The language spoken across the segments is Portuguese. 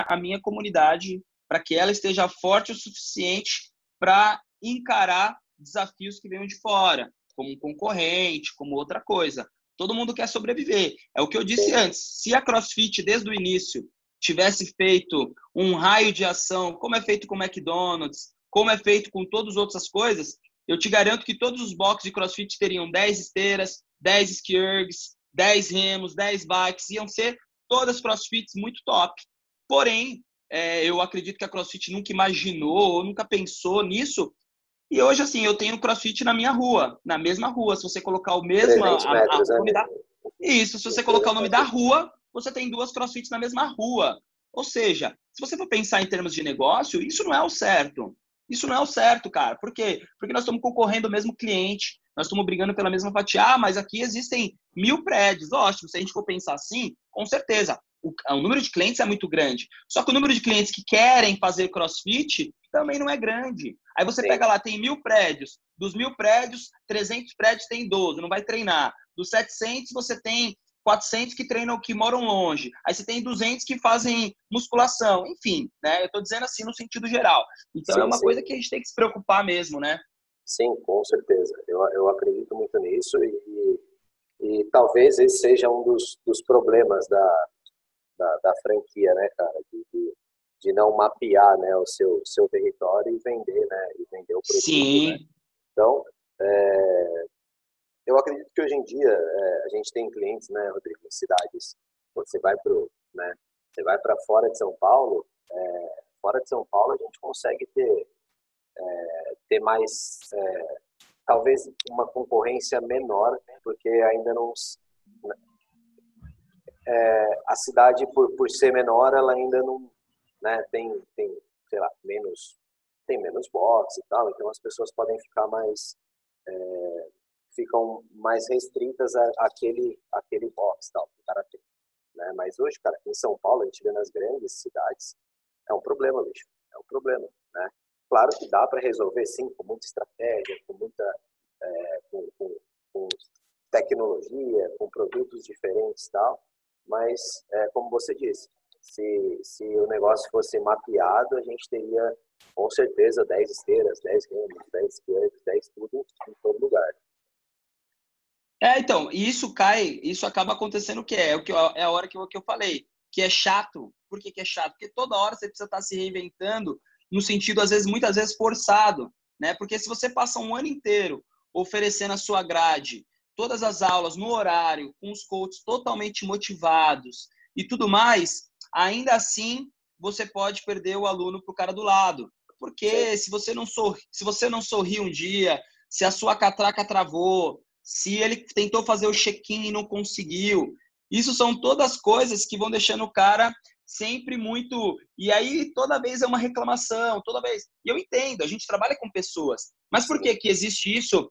a minha comunidade, para que ela esteja forte o suficiente para encarar desafios que venham de fora, como um concorrente, como outra coisa. Todo mundo quer sobreviver. É o que eu disse antes. Se a CrossFit, desde o início, tivesse feito um raio de ação, como é feito com o McDonald's, como é feito com todas as outras coisas, eu te garanto que todos os boxes de CrossFit teriam 10 esteiras, 10 ski ergs, 10 remos, 10 bikes, iam ser todas CrossFits muito top. Porém, eu acredito que a CrossFit nunca imaginou ou nunca pensou nisso. E hoje, assim, eu tenho CrossFit na minha rua, na mesma rua. Se você colocar o mesmo... 300 metros, o né? nome da... Isso, se você colocar o nome da rua, você tem 2 CrossFits na mesma rua. Ou seja, se você for pensar em termos de negócio, isso não é o certo. Isso não é o certo, cara. Por quê? Porque nós estamos concorrendo ao mesmo cliente, nós estamos brigando pela mesma fatia. Ah, mas aqui existem 1000 prédios. Ótimo, se a gente for pensar assim, com certeza, o número de clientes é muito grande. Só que o número de clientes que querem fazer CrossFit também não é grande. Aí você pega lá, tem 1000 prédios. Dos 1000 prédios, 300 prédios tem idoso, não vai treinar. Dos 700, você tem 400 que treinam, que moram longe. Aí você tem 200 que fazem musculação. Enfim, né? Eu estou dizendo assim no sentido geral. Então é Sim, uma sim. coisa que a gente tem que se preocupar mesmo, né? Sim, com certeza. Eu acredito muito nisso e talvez esse seja um dos problemas da franquia, né, cara? De não mapear, né, o seu território e vender, né? E vender o produto, né? Sim. Então, eu acredito que hoje em dia a gente tem clientes, né, Rodrigo, em cidades. Você vai né, você vai para fora de São Paulo. Fora de São Paulo a gente consegue ter mais, talvez uma concorrência menor, porque ainda não a cidade por ser menor, ela ainda não, né, tem sei lá, menos box e tal, então as pessoas podem ficar mais ficam mais restritas àquele box tal que o cara tem, né? Mas hoje, cara, aqui em São Paulo, a gente vê nas grandes cidades, é um problema, bicho, é um problema, né? Claro que dá para resolver, sim, com muita estratégia, com muita com tecnologia, com produtos diferentes e tal, mas, como você disse, se o negócio fosse mapeado, a gente teria, com certeza, 10 esteiras, 10 remos, 10 esquerdas, 10 tudo em todo lugar. Então, isso acaba acontecendo o que é a hora que eu falei, que é chato. Por que é chato? Porque toda hora você precisa estar se reinventando no sentido, às vezes, muitas vezes forçado, né? Porque se você passa um ano inteiro oferecendo a sua grade, todas as aulas no horário, com os coaches totalmente motivados e tudo mais, ainda assim você pode perder o aluno para o cara do lado. Porque se você não sorri um dia, se a sua catraca travou, se ele tentou fazer o check-in e não conseguiu. Isso são todas coisas que vão deixando o cara sempre muito... E aí, toda vez é uma reclamação, toda vez... E eu entendo, a gente trabalha com pessoas. Mas por que existe isso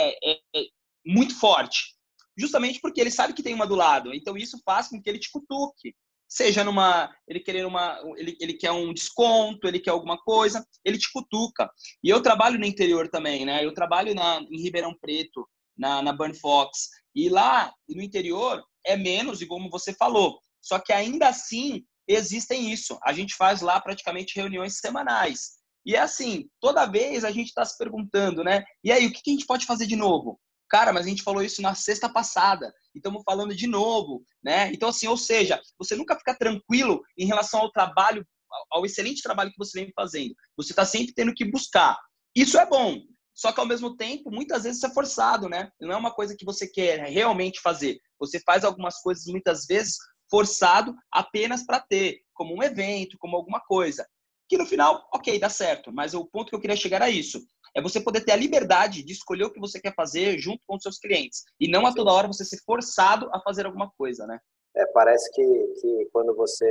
muito forte? Justamente porque ele sabe que tem uma do lado. Então, isso faz com que ele te cutuque. Seja ele quer um desconto, ele quer alguma coisa, ele te cutuca. E eu trabalho no interior também, né? Eu trabalho em Ribeirão Preto, na Burn Fox. E lá, no interior, é menos, e como você falou. Só que ainda assim, existem isso. A gente faz lá praticamente reuniões semanais. E é assim, toda vez a gente está se perguntando, né? E aí, o que a gente pode fazer de novo? Cara, mas a gente falou isso na sexta passada e estamos falando de novo, né? Então, assim, ou seja, você nunca fica tranquilo em relação ao trabalho, ao excelente trabalho que você vem fazendo. Você está sempre tendo que buscar. Isso é bom, só que ao mesmo tempo, muitas vezes isso é forçado, né? Não é uma coisa que você quer realmente fazer. Você faz algumas coisas muitas vezes forçado apenas para ter, como um evento, como alguma coisa. Que no final, ok, dá certo, mas o ponto que eu queria chegar é isso. É você poder ter a liberdade de escolher o que você quer fazer junto com os seus clientes. E não a toda hora você ser forçado a fazer alguma coisa, né? Parece que quando você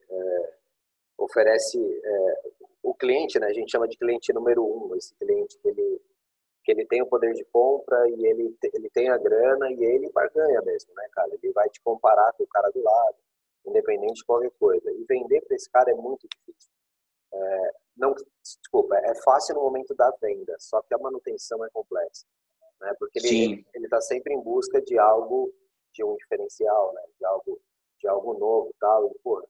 oferece o cliente, né, a gente chama de cliente número um, esse cliente que ele tem o poder de compra e ele tem a grana e ele barganha mesmo, né, cara? Ele vai te comparar com o cara do lado, independente de qualquer coisa. E vender para esse cara é muito difícil. Não, desculpa, é fácil no momento da venda, só que a manutenção é complexa, né? Porque ele está sempre em busca de algo, de um diferencial, né? De algo novo, tal. E, porra,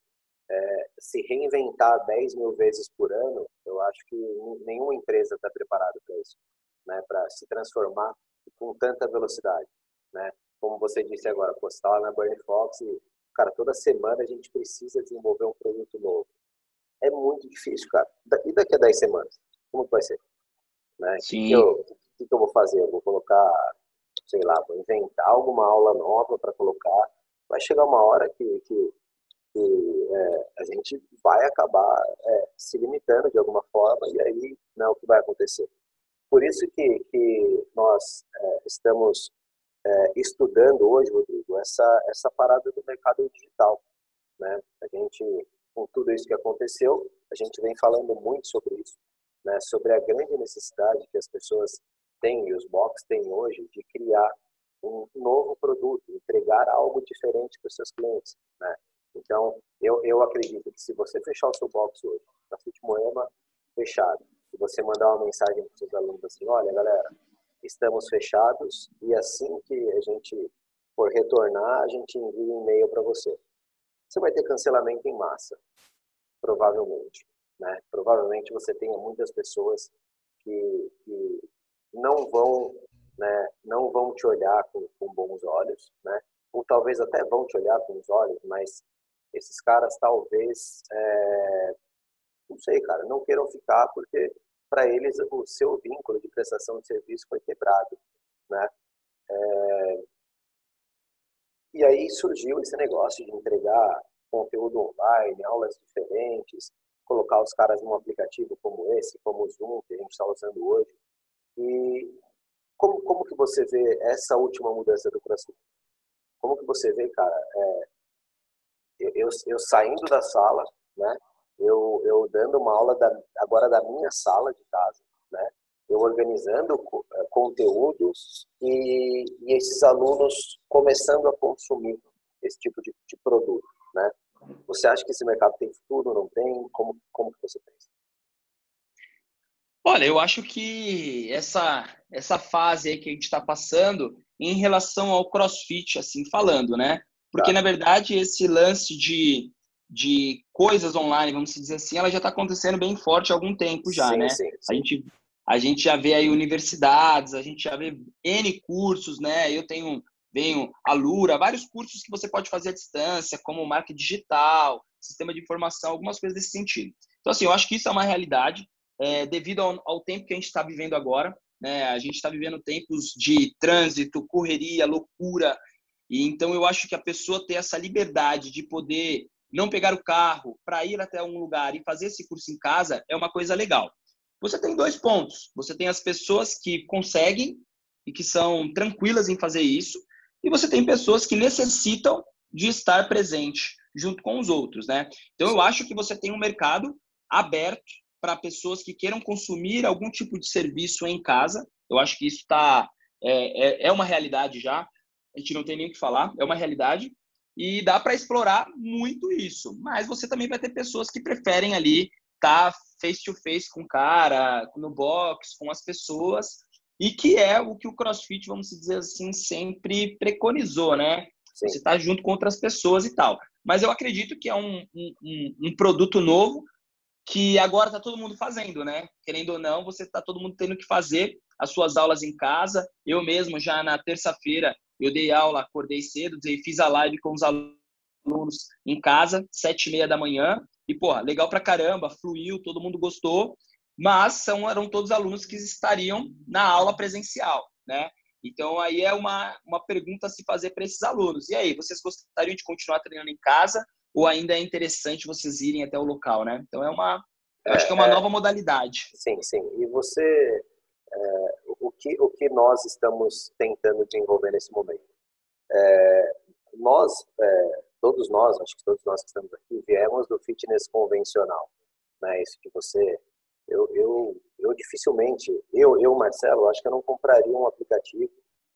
se reinventar 10 mil vezes por ano, eu acho que nenhuma empresa está preparada para isso, né? Para se transformar com tanta velocidade, né? Como você disse agora, pô, você está lá na Burn Fox e, cara, toda semana a gente precisa desenvolver um produto novo. É muito difícil, cara. E daqui a 10 semanas? Como que vai ser? Né? O Sim. que eu vou fazer? Eu vou colocar, sei lá, vou inventar alguma aula nova para colocar. Vai chegar uma hora que a gente vai acabar se limitando de alguma forma e aí não é o que vai acontecer. Por isso que nós estamos estudando hoje, Rodrigo, essa parada do mercado digital, né? A gente, com tudo isso que aconteceu, a gente vem falando muito sobre isso, né? Sobre a grande necessidade que as pessoas têm e os box têm hoje de criar um novo produto, entregar algo diferente para os seus clientes, né? Então, eu acredito que se você fechar o seu box hoje, na Fit Moema, fechado, e você mandar uma mensagem para os seus alunos assim, olha, galera, estamos fechados e assim que a gente for retornar, a gente envia um e-mail para você. Você vai ter cancelamento em massa, provavelmente, né? Provavelmente você tenha muitas pessoas que não vão, né, não vão te olhar com bons olhos, né? Ou talvez até vão te olhar com os olhos, mas esses caras talvez, não sei, cara, não queiram ficar porque para eles o seu vínculo de prestação de serviço foi quebrado, né? E aí surgiu esse negócio de entregar conteúdo online, aulas diferentes, colocar os caras num aplicativo como esse, como o Zoom, que a gente está usando hoje. E como que você vê essa última mudança do CrossFit? Como que você vê, cara, eu saindo da sala, né? Eu dando uma aula agora da minha sala de casa, né? Eu organizando conteúdos e esses alunos começando a consumir esse tipo de produto, né? Você acha que esse mercado tem futuro, não tem? Como que você pensa? Olha, eu acho que essa fase aí que a gente está passando em relação ao CrossFit, assim, falando, né? Porque, Tá. na verdade, esse lance de coisas online, vamos dizer assim, ela já está acontecendo bem forte há algum tempo já, Sim, né? sim, A sim. gente, a gente já vê aí universidades, a gente já vê N cursos, né? Venho a Lura, vários cursos que você pode fazer à distância, como marketing digital, sistema de informação, algumas coisas desse sentido. Então, assim, eu acho que isso é uma realidade devido ao tempo que a gente está vivendo agora, né? A gente está vivendo tempos de trânsito, correria, loucura, e então eu acho que a pessoa ter essa liberdade de poder não pegar o carro para ir até um lugar e fazer esse curso em casa é uma coisa legal. Você tem dois pontos. Você tem as pessoas que conseguem e que são tranquilas em fazer isso, e você tem pessoas que necessitam de estar presente junto com os outros, né? Então eu Sim. acho que você tem um mercado aberto para pessoas que queiram consumir algum tipo de serviço em casa. Eu acho que isso é uma realidade já. A gente não tem nem o que falar, é uma realidade. E dá para explorar muito isso. Mas você também vai ter pessoas que preferem ali estar face to face com o cara, no box, com as pessoas, e que é o que o CrossFit, vamos dizer assim, sempre preconizou, né? Sim. Você está junto com outras pessoas e tal. Mas eu acredito que é um produto novo que agora está todo mundo fazendo, né? Querendo ou não, você está todo mundo tendo que fazer as suas aulas em casa. Eu mesmo, já na terça-feira, eu dei aula, acordei cedo, fiz a live com os alunos em casa, 7h30 da manhã. E, porra, legal pra caramba, fluiu, todo mundo gostou. Mas eram todos alunos que estariam na aula presencial, né? Então, aí é uma pergunta a se fazer para esses alunos. E aí, vocês gostariam de continuar treinando em casa ou ainda é interessante vocês irem até o local, né? Então, eu acho que é uma nova modalidade. Sim, sim. E você, o que nós estamos tentando desenvolver nesse momento? Nós, todos nós, acho que todos nós que estamos aqui, viemos do fitness convencional, né? Isso que você, eu dificilmente, Marcelo, acho que eu não compraria um aplicativo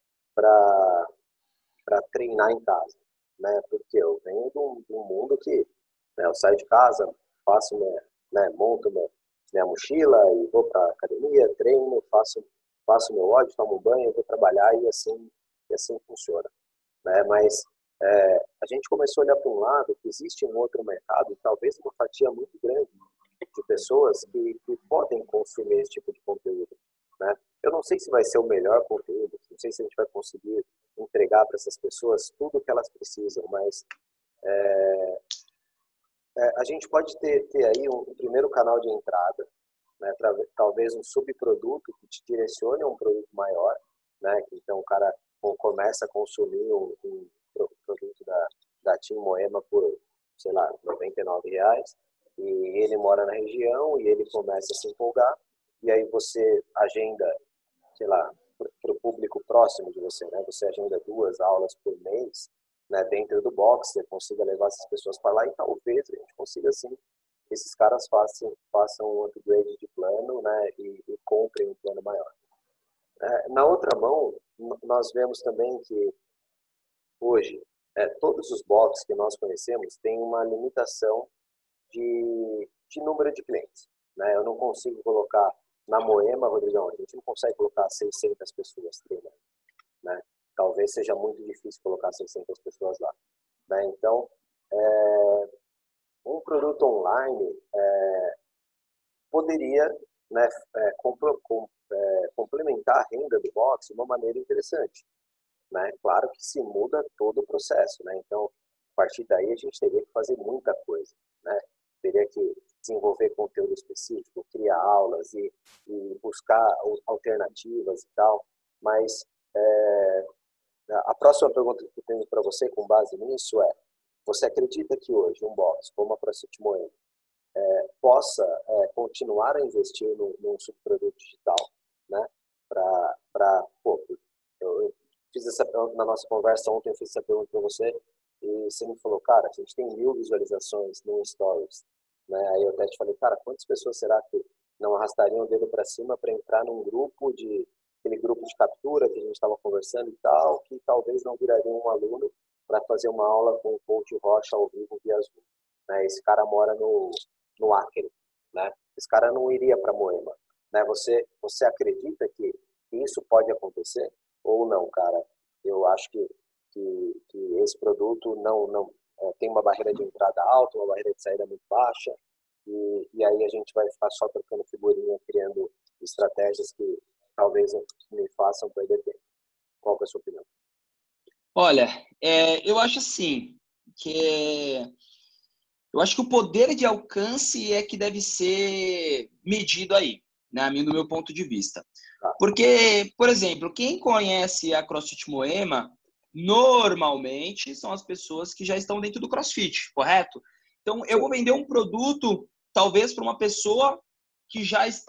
para treinar em casa, né? Porque eu venho de um mundo que, né, eu saio de casa, faço monto minha mochila e vou para academia, treino, faço meu ódio, tomo um banho, vou trabalhar e assim funciona, né? Mas A gente começou a olhar para um lado que existe um outro mercado, talvez uma fatia muito grande de pessoas que podem consumir esse tipo de conteúdo, né? Eu não sei se vai ser o melhor conteúdo, não sei se a gente vai conseguir entregar para essas pessoas tudo o que elas precisam, mas a gente pode ter aí um primeiro canal de entrada, né? Talvez um subproduto que te direcione a um produto maior, né? Então o cara começa a consumir um produto da Tim Moema por, sei lá, R$ 99, e ele mora na região e ele começa a se empolgar, e aí você agenda, sei lá, para o público próximo de você, né? Você agenda 2 aulas por mês, né? Dentro do box, você consiga levar essas pessoas para lá, e talvez a gente consiga, assim, esses caras façam um upgrade de plano, né? E comprem um plano maior. Na outra mão, nós vemos também que hoje, todos os bots que nós conhecemos têm uma limitação de número de clientes, né? Eu não consigo colocar na Moema, Rodrigão, a gente não consegue colocar 600 pessoas treinando, né? Talvez seja muito difícil colocar 600 pessoas lá, né? Então, um produto online poderia, né, complementar a renda do box de uma maneira interessante, né? Claro que se muda todo o processo, né? Então, a partir daí a gente teria que fazer muita coisa, né? Teria que desenvolver conteúdo específico, criar aulas e buscar alternativas e tal. Mas a próxima pergunta que eu tenho para você, com base nisso, você acredita que hoje um box como a CrossFit Moema possa continuar a investir num subproduto digital, né? Eu fiz na nossa conversa ontem, eu fiz essa pergunta para você e você me falou, cara, a gente tem 1000 visualizações no Stories, né? Aí eu até te falei, cara, quantas pessoas será que não arrastariam o dedo para cima para entrar num grupo aquele grupo de captura que a gente estava conversando e tal, que talvez não virariam um aluno para fazer uma aula com o coach Rocha ao vivo via Zoom, né? Esse cara mora no Acre, né? Esse cara não iria para Moema, né? Você acredita que isso pode acontecer ou não, cara? Eu acho que esse produto não tem uma barreira de entrada alta, uma barreira de saída muito baixa, e aí a gente vai ficar só trocando figurinha, criando estratégias que talvez me façam perder tempo. Qual é a sua opinião? Olha, eu acho assim, eu acho que o poder de alcance é que deve ser medido aí, né, do meu ponto de vista. Porque, por exemplo, quem conhece a CrossFit Moema, normalmente são as pessoas que já estão dentro do CrossFit, correto? Então, eu vou vender um produto, talvez, para uma pessoa que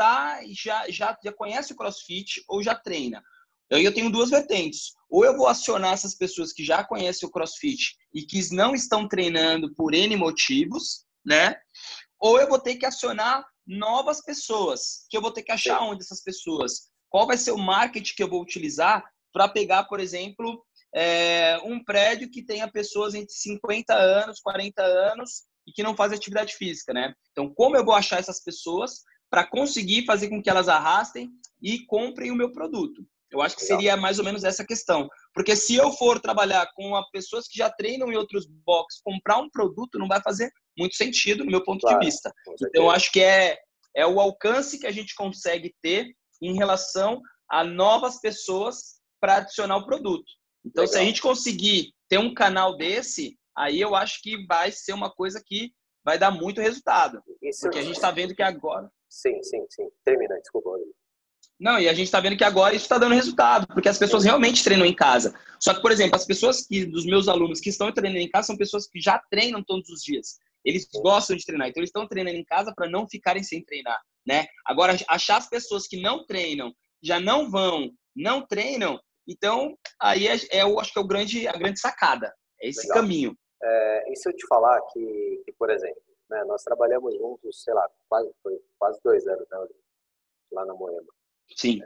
já conhece o CrossFit ou já treina. Eu tenho duas vertentes. Ou eu vou acionar essas pessoas que já conhecem o CrossFit e que não estão treinando por N motivos, né? Ou eu vou ter que acionar novas pessoas, que eu vou ter que achar onde essas pessoas. Qual vai ser o marketing que eu vou utilizar para pegar, por exemplo, um prédio que tenha pessoas entre 50 anos, 40 anos e que não fazem atividade física, né? Então, como eu vou achar essas pessoas para conseguir fazer com que elas arrastem e comprem o meu produto? Eu acho que seria mais ou menos essa questão. Porque se eu for trabalhar com pessoas que já treinam em outros boxes, comprar um produto não vai fazer muito sentido no meu ponto de vista. Então, eu acho que é o alcance que a gente consegue ter em relação a novas pessoas para adicionar o produto. Então, se a gente conseguir ter um canal desse, aí eu acho que vai ser uma coisa que vai dar muito resultado. Porque a gente está vendo que agora... Sim. Termina, desculpa. Não, e a gente está vendo que agora isso está dando resultado, porque as pessoas realmente treinam em casa. Só que, por exemplo, as pessoas dos meus alunos que estão treinando em casa são pessoas que já treinam todos os dias. Eles gostam de treinar, então eles estão treinando em casa para não ficarem sem treinar, né? Agora, achar as pessoas que não treinam, já não vão, não treinam, então aí eu acho que é a grande sacada, é esse caminho. E se eu te falar que por exemplo, né, nós trabalhamos juntos, sei lá, foi quase 2 anos, né, lá na Moema. Sim.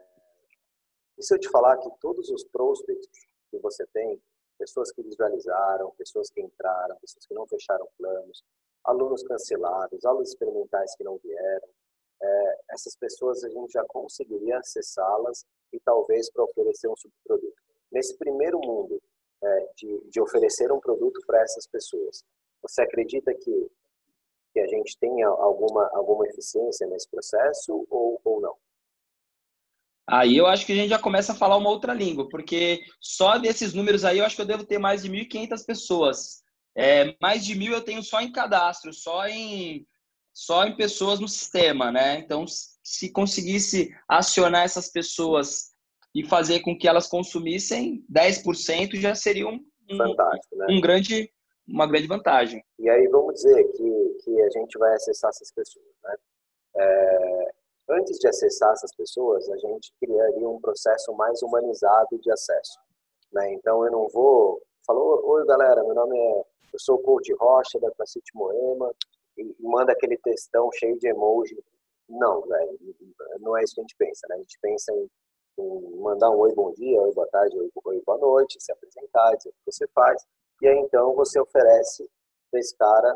E se eu te falar que todos os prospects que você tem, pessoas que visualizaram, pessoas que entraram, pessoas que não fecharam planos, alunos cancelados, aulas experimentais que não vieram, essas pessoas a gente já conseguiria acessá-las e talvez para oferecer um subproduto. Nesse primeiro mundo, de oferecer um produto para essas pessoas. Você acredita que a gente tenha alguma eficiência nesse processo ou não? Aí eu acho que a gente já começa a falar uma outra língua, porque só desses números aí eu acho que eu devo ter mais de 1.500 pessoas. Mais de 1.000 eu tenho só em cadastro, só em pessoas no sistema, né? Então, se conseguisse acionar essas pessoas e fazer com que elas consumissem 10%, já seria Fantástico, né? uma grande vantagem. E aí vamos dizer que a gente vai acessar essas pessoas, né? Antes de acessar essas pessoas, a gente criaria um processo mais humanizado de acesso, né? Então, eu não vou falar, oi galera, eu sou o Coach Rocha da CrossFit Moema, e manda aquele textão cheio de emoji. Não, velho, não é isso que a gente pensa, né? A gente pensa em mandar um oi, bom dia, oi, boa tarde, oi, boa noite, se apresentar, dizer o que você faz, e aí então você oferece para esse cara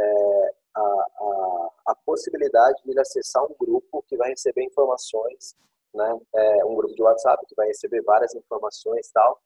a possibilidade de ele acessar um grupo que vai receber informações, né? Um grupo de WhatsApp que vai receber várias informações e tal,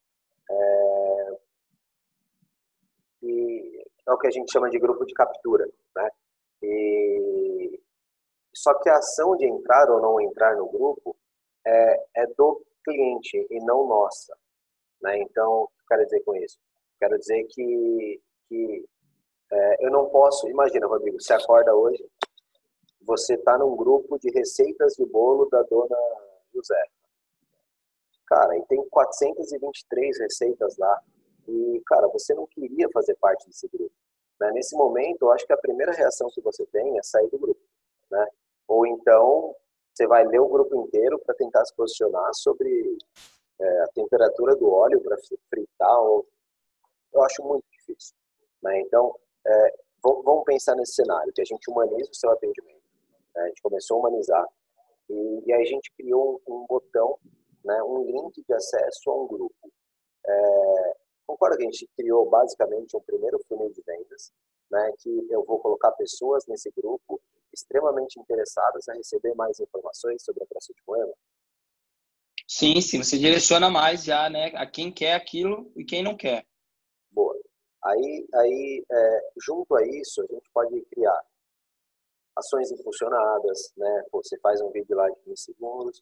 e é o que a gente chama de grupo de captura, né? E só que a ação de entrar ou não entrar no grupo é do cliente e não nossa, né? Então, o que eu quero dizer com isso? Quero dizer que eu não posso... Imagina, Rodrigo, você acorda hoje, você está num grupo de receitas de bolo da dona José. Cara, e tem 423 receitas lá. E, cara, você não queria fazer parte desse grupo, né? Nesse momento, eu acho que a primeira reação que você tem é sair do grupo, né? Ou então, você vai ler o grupo inteiro para tentar se posicionar sobre a temperatura do óleo para fritar. Eu acho muito difícil, né? Então, vamos pensar nesse cenário, que a gente humaniza o seu atendimento, né? A gente começou a humanizar. E aí a gente criou um botão, né, um link de acesso a um grupo. Concordo que a gente criou basicamente um primeiro funil de vendas, né, que eu vou colocar pessoas nesse grupo extremamente interessadas a receber mais informações sobre a CrossFit Moema? Sim, sim, você direciona mais já, né, a quem quer aquilo e quem não quer. Boa. Aí junto a isso, a gente pode criar ações impulsionadas, né? Pô, você faz um vídeo lá de 15 segundos,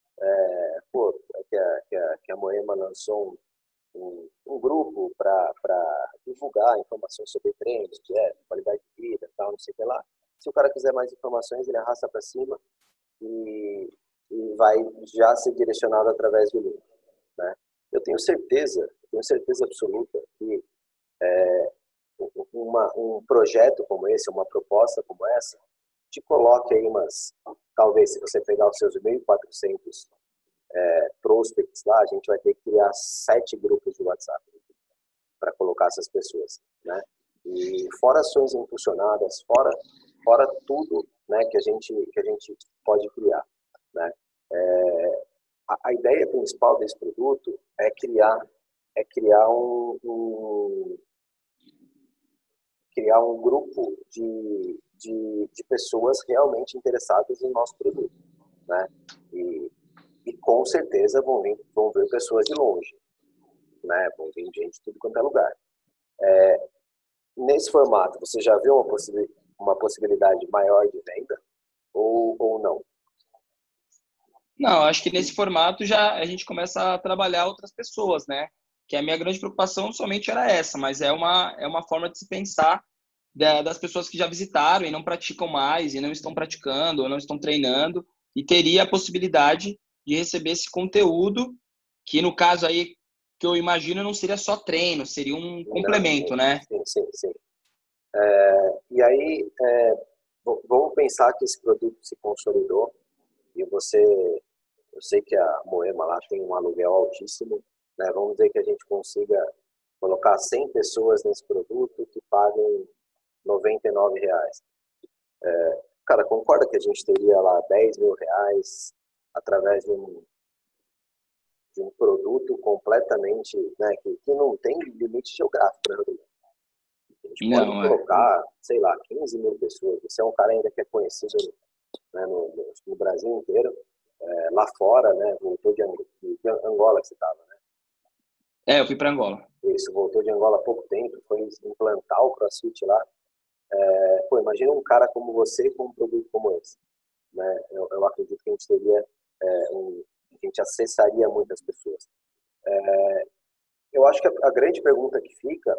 que a Moema lançou um grupo para divulgar informações sobre treino, dieta, qualidade de vida, tal, não sei o que lá. Se o cara quiser mais informações, ele arrasta para cima e vai já ser direcionado através do link, né? Eu tenho certeza absoluta que um projeto como esse, uma proposta como essa, te coloque aí talvez se você pegar os seus 1.400 prospects lá, a gente vai ter que criar 7 grupos de WhatsApp para colocar essas pessoas, né? E fora ações impulsionadas, fora tudo, né, que a gente pode criar, né? A ideia principal desse produto é criar um grupo de pessoas realmente interessadas no nosso produto, né? E com certeza vão vir pessoas de longe, né? Vão vir gente de tudo quanto é lugar. Nesse formato, você já viu uma possibilidade maior de venda ou não? Não, acho que nesse formato já a gente começa a trabalhar outras pessoas, né? Que a minha grande preocupação somente era essa, mas é uma forma de se pensar das pessoas que já visitaram e não praticam mais, e não estão praticando, ou não estão treinando, e teria a possibilidade de receber esse conteúdo, que no caso aí, que eu imagino, não seria só treino, seria um complemento, né? Sim. E aí, vamos pensar que esse produto se consolidou e eu sei que a Moema lá tem um aluguel altíssimo, né? Vamos dizer que a gente consiga colocar 100 pessoas nesse produto que paguem R$ 99. Cara, concorda que a gente teria lá R$ 10.000 através de um produto completamente, né, que não tem limite geográfico, né, Rodrigo? A gente pode Não, colocar, sei lá, 15 mil pessoas. Você é um cara ainda que é conhecido, né, no Brasil inteiro, lá fora, né? Voltou de Angola que você estava, né? Eu fui para Angola. Isso, voltou de Angola há pouco tempo, foi implantar o CrossFit lá. Pô, imagina um cara como você com um produto como esse, né? Eu acredito que a gente teria, a gente acessaria muitas pessoas. Eu acho que a grande pergunta que fica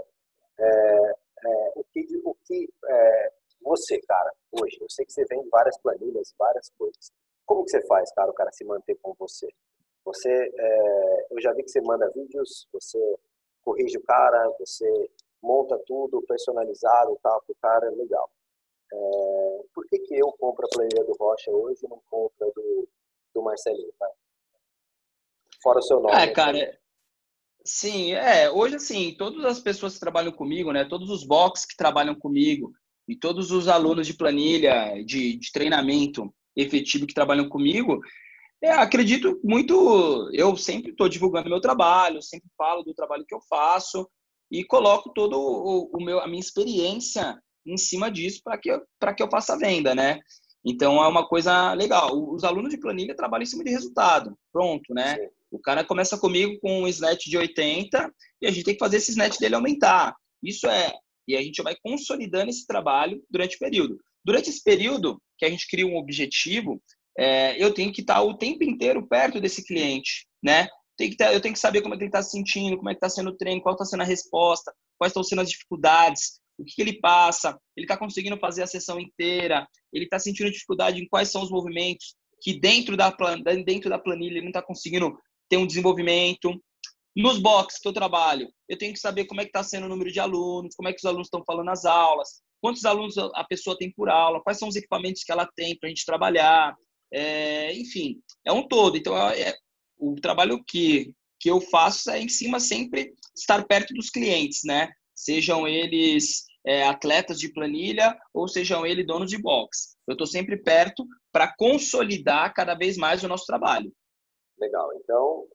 o que você, cara, hoje, eu sei que você vende várias planilhas, várias coisas. Como que você faz, cara, o cara se manter com você? Eu já vi que você manda vídeos, você corrige o cara, você monta tudo personalizado, tal, pro cara, legal. Por que que eu compro a planilha do Rocha hoje e não compro a do Marcelinho, cara? Fora o seu nome, né, também. Cara, sim, hoje assim, todas as pessoas que trabalham comigo, né, todos os box que trabalham comigo e todos os alunos de planilha, de treinamento efetivo que trabalham comigo, acredito muito, eu sempre estou divulgando meu trabalho, sempre falo do trabalho que eu faço e coloco todo a minha experiência em cima disso para que eu faça a venda, né? Então é uma coisa legal. Os alunos de planilha trabalham em cima de resultado, pronto, né? Sim, O cara começa comigo com um snatch de 80 e a gente tem que fazer esse snatch dele aumentar. Isso e a gente vai consolidando esse trabalho durante o período. Durante esse período que a gente cria um objetivo, eu tenho que estar o tempo inteiro perto desse cliente, né? Eu tenho que saber como é que ele está se sentindo, como é que está sendo o treino, qual está sendo a resposta, quais estão sendo as dificuldades, o que ele passa, ele está conseguindo fazer a sessão inteira, ele está sentindo dificuldade em quais são os movimentos que dentro da planilha ele não está conseguindo ter um desenvolvimento. Nos boxes que eu trabalho, eu tenho que saber como é que está sendo o número de alunos, como é que os alunos estão falando nas aulas, quantos alunos a pessoa tem por aula, quais são os equipamentos que ela tem para a gente trabalhar, enfim, é um todo. Então, o trabalho que eu faço é em cima sempre estar perto dos clientes, né? Sejam eles atletas de planilha ou sejam eles donos de box. Eu estou sempre perto para consolidar cada vez mais o nosso trabalho. legal. Então,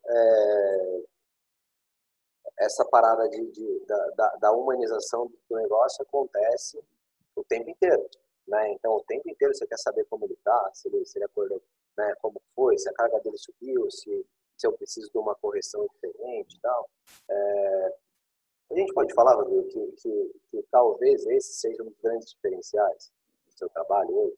essa parada da humanização do negócio acontece o tempo inteiro, né? Então, o tempo inteiro você quer saber como ele está, se ele acordou, né? Como foi, se a carga dele subiu, se eu preciso de uma correção diferente e tal. A gente pode falar, Rodrigo, que talvez esse seja um dos grandes diferenciais do seu trabalho hoje.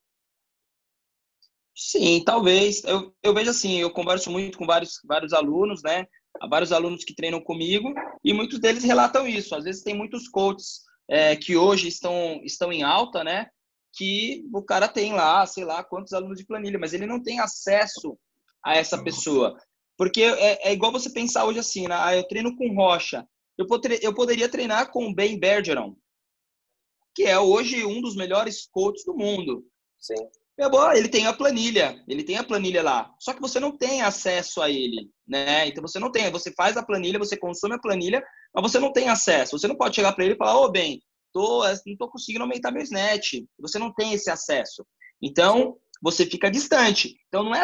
Sim, talvez. Eu vejo assim, eu converso muito com vários alunos, né? Há vários alunos que treinam comigo e muitos deles relatam isso. Às vezes tem muitos coaches que hoje estão em alta, né? Que o cara tem lá, sei lá, quantos alunos de planilha, mas ele não tem acesso a essa pessoa. Porque é igual você pensar hoje assim, né? Eu treino com Rocha. Eu poderia treinar com o Ben Bergeron, que é hoje um dos melhores coaches do mundo. Sim, Ele tem a planilha lá, só que você não tem acesso a ele, né? Então você faz a planilha, você consome a planilha, mas você não tem acesso. Você não pode chegar para ele e falar, ô, bem, não tô conseguindo aumentar meu snatch. Você não tem esse acesso. sim, Então, você fica distante. Então, não é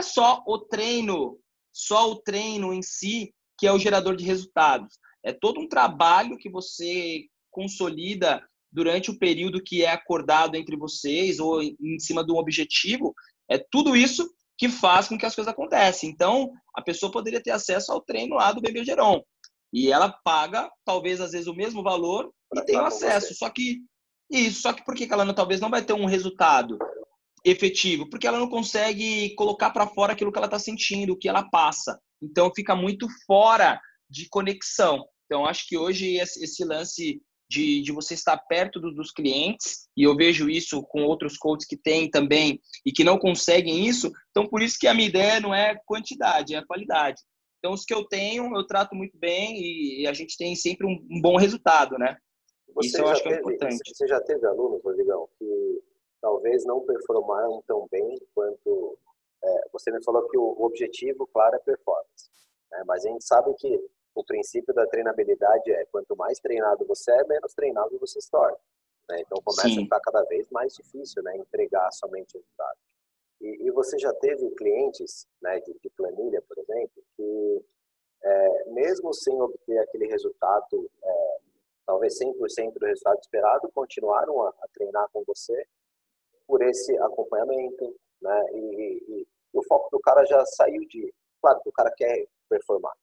só o treino em si que é o gerador de resultados. É todo um trabalho que você consolida durante o período que é acordado entre vocês ou em cima de um objetivo, é tudo isso que faz com que as coisas aconteçam. Então, a pessoa poderia ter acesso ao treino lá do Bebê Geron. E ela paga, talvez, às vezes, o mesmo valor e para tem estar o com você. acesso. Só que por que ela talvez não vai ter um resultado efetivo? Porque ela não consegue colocar para fora aquilo que ela está sentindo, o que ela passa. Então, fica muito fora de conexão. Então, acho que hoje esse lance de você estar perto dos clientes, e eu vejo isso com outros coaches que têm também e que não conseguem isso, então por isso que a minha ideia não é quantidade, é a qualidade. Então, os que eu tenho, eu trato muito bem e a gente tem sempre um bom resultado, né? Isso eu acho que é importante. Você já teve alunos, Rodrigão, que talvez não performaram tão bem quanto. Você me falou que o objetivo, claro, é performance. Né? Mas a gente sabe que o princípio da treinabilidade é quanto mais treinado você é, menos treinado você se torna. Né? Então começa a Sim. ficar cada vez mais difícil, né, entregar somente resultado. E você já teve clientes, né, de planilha, por exemplo, que mesmo sem obter aquele resultado talvez 100% do resultado esperado, continuaram a treinar com você por esse acompanhamento, né? E o foco do cara já saiu de... Claro que o cara quer performar, ele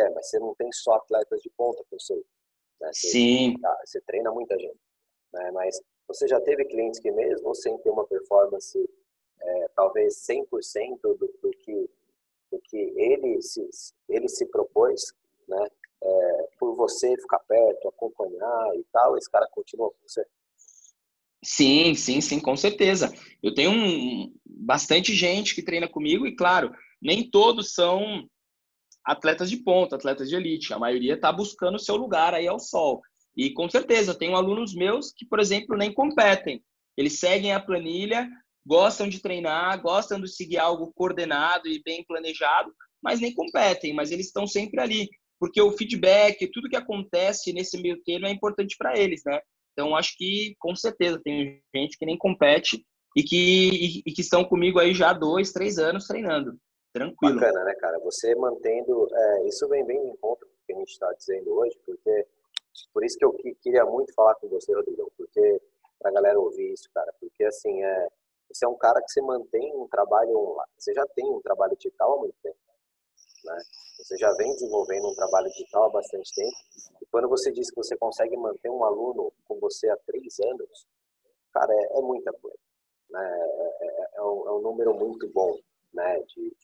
quer, mas você não tem só atletas de ponta com você, né? Sim. Você treina muita gente, né? Mas você já teve clientes que mesmo sem ter uma performance talvez 100% do que ele se propôs, né? Por você ficar perto, acompanhar e tal, esse cara continua com você? Sim, sim, sim, com certeza. Eu tenho bastante gente que treina comigo e, claro, nem todos são atletas de ponta, atletas de elite. A maioria está buscando o seu lugar aí ao sol. E, com certeza, eu tenho alunos meus que, por exemplo, nem competem. Eles seguem a planilha, gostam de treinar, gostam de seguir algo coordenado e bem planejado, mas nem competem, mas eles estão sempre ali. Porque o feedback, tudo que acontece nesse meio termo é importante para eles, né? Então, acho que, com certeza, tem gente que nem compete e que estão comigo aí já há 2, 3 anos treinando. Tranquilo. Bacana, né, cara? Você mantendo... isso vem bem em conta do que a gente está dizendo hoje, porque por isso que eu queria muito falar com você, Rodrigo, porque pra galera ouvir isso, cara, porque assim, você é um cara que você mantém um trabalho online, você já tem um trabalho digital há muito tempo, né? Você já vem desenvolvendo um trabalho digital há bastante tempo, e quando você diz que você consegue manter um aluno com você há 3 anos, cara, é muita coisa, né? É um número muito bom, né,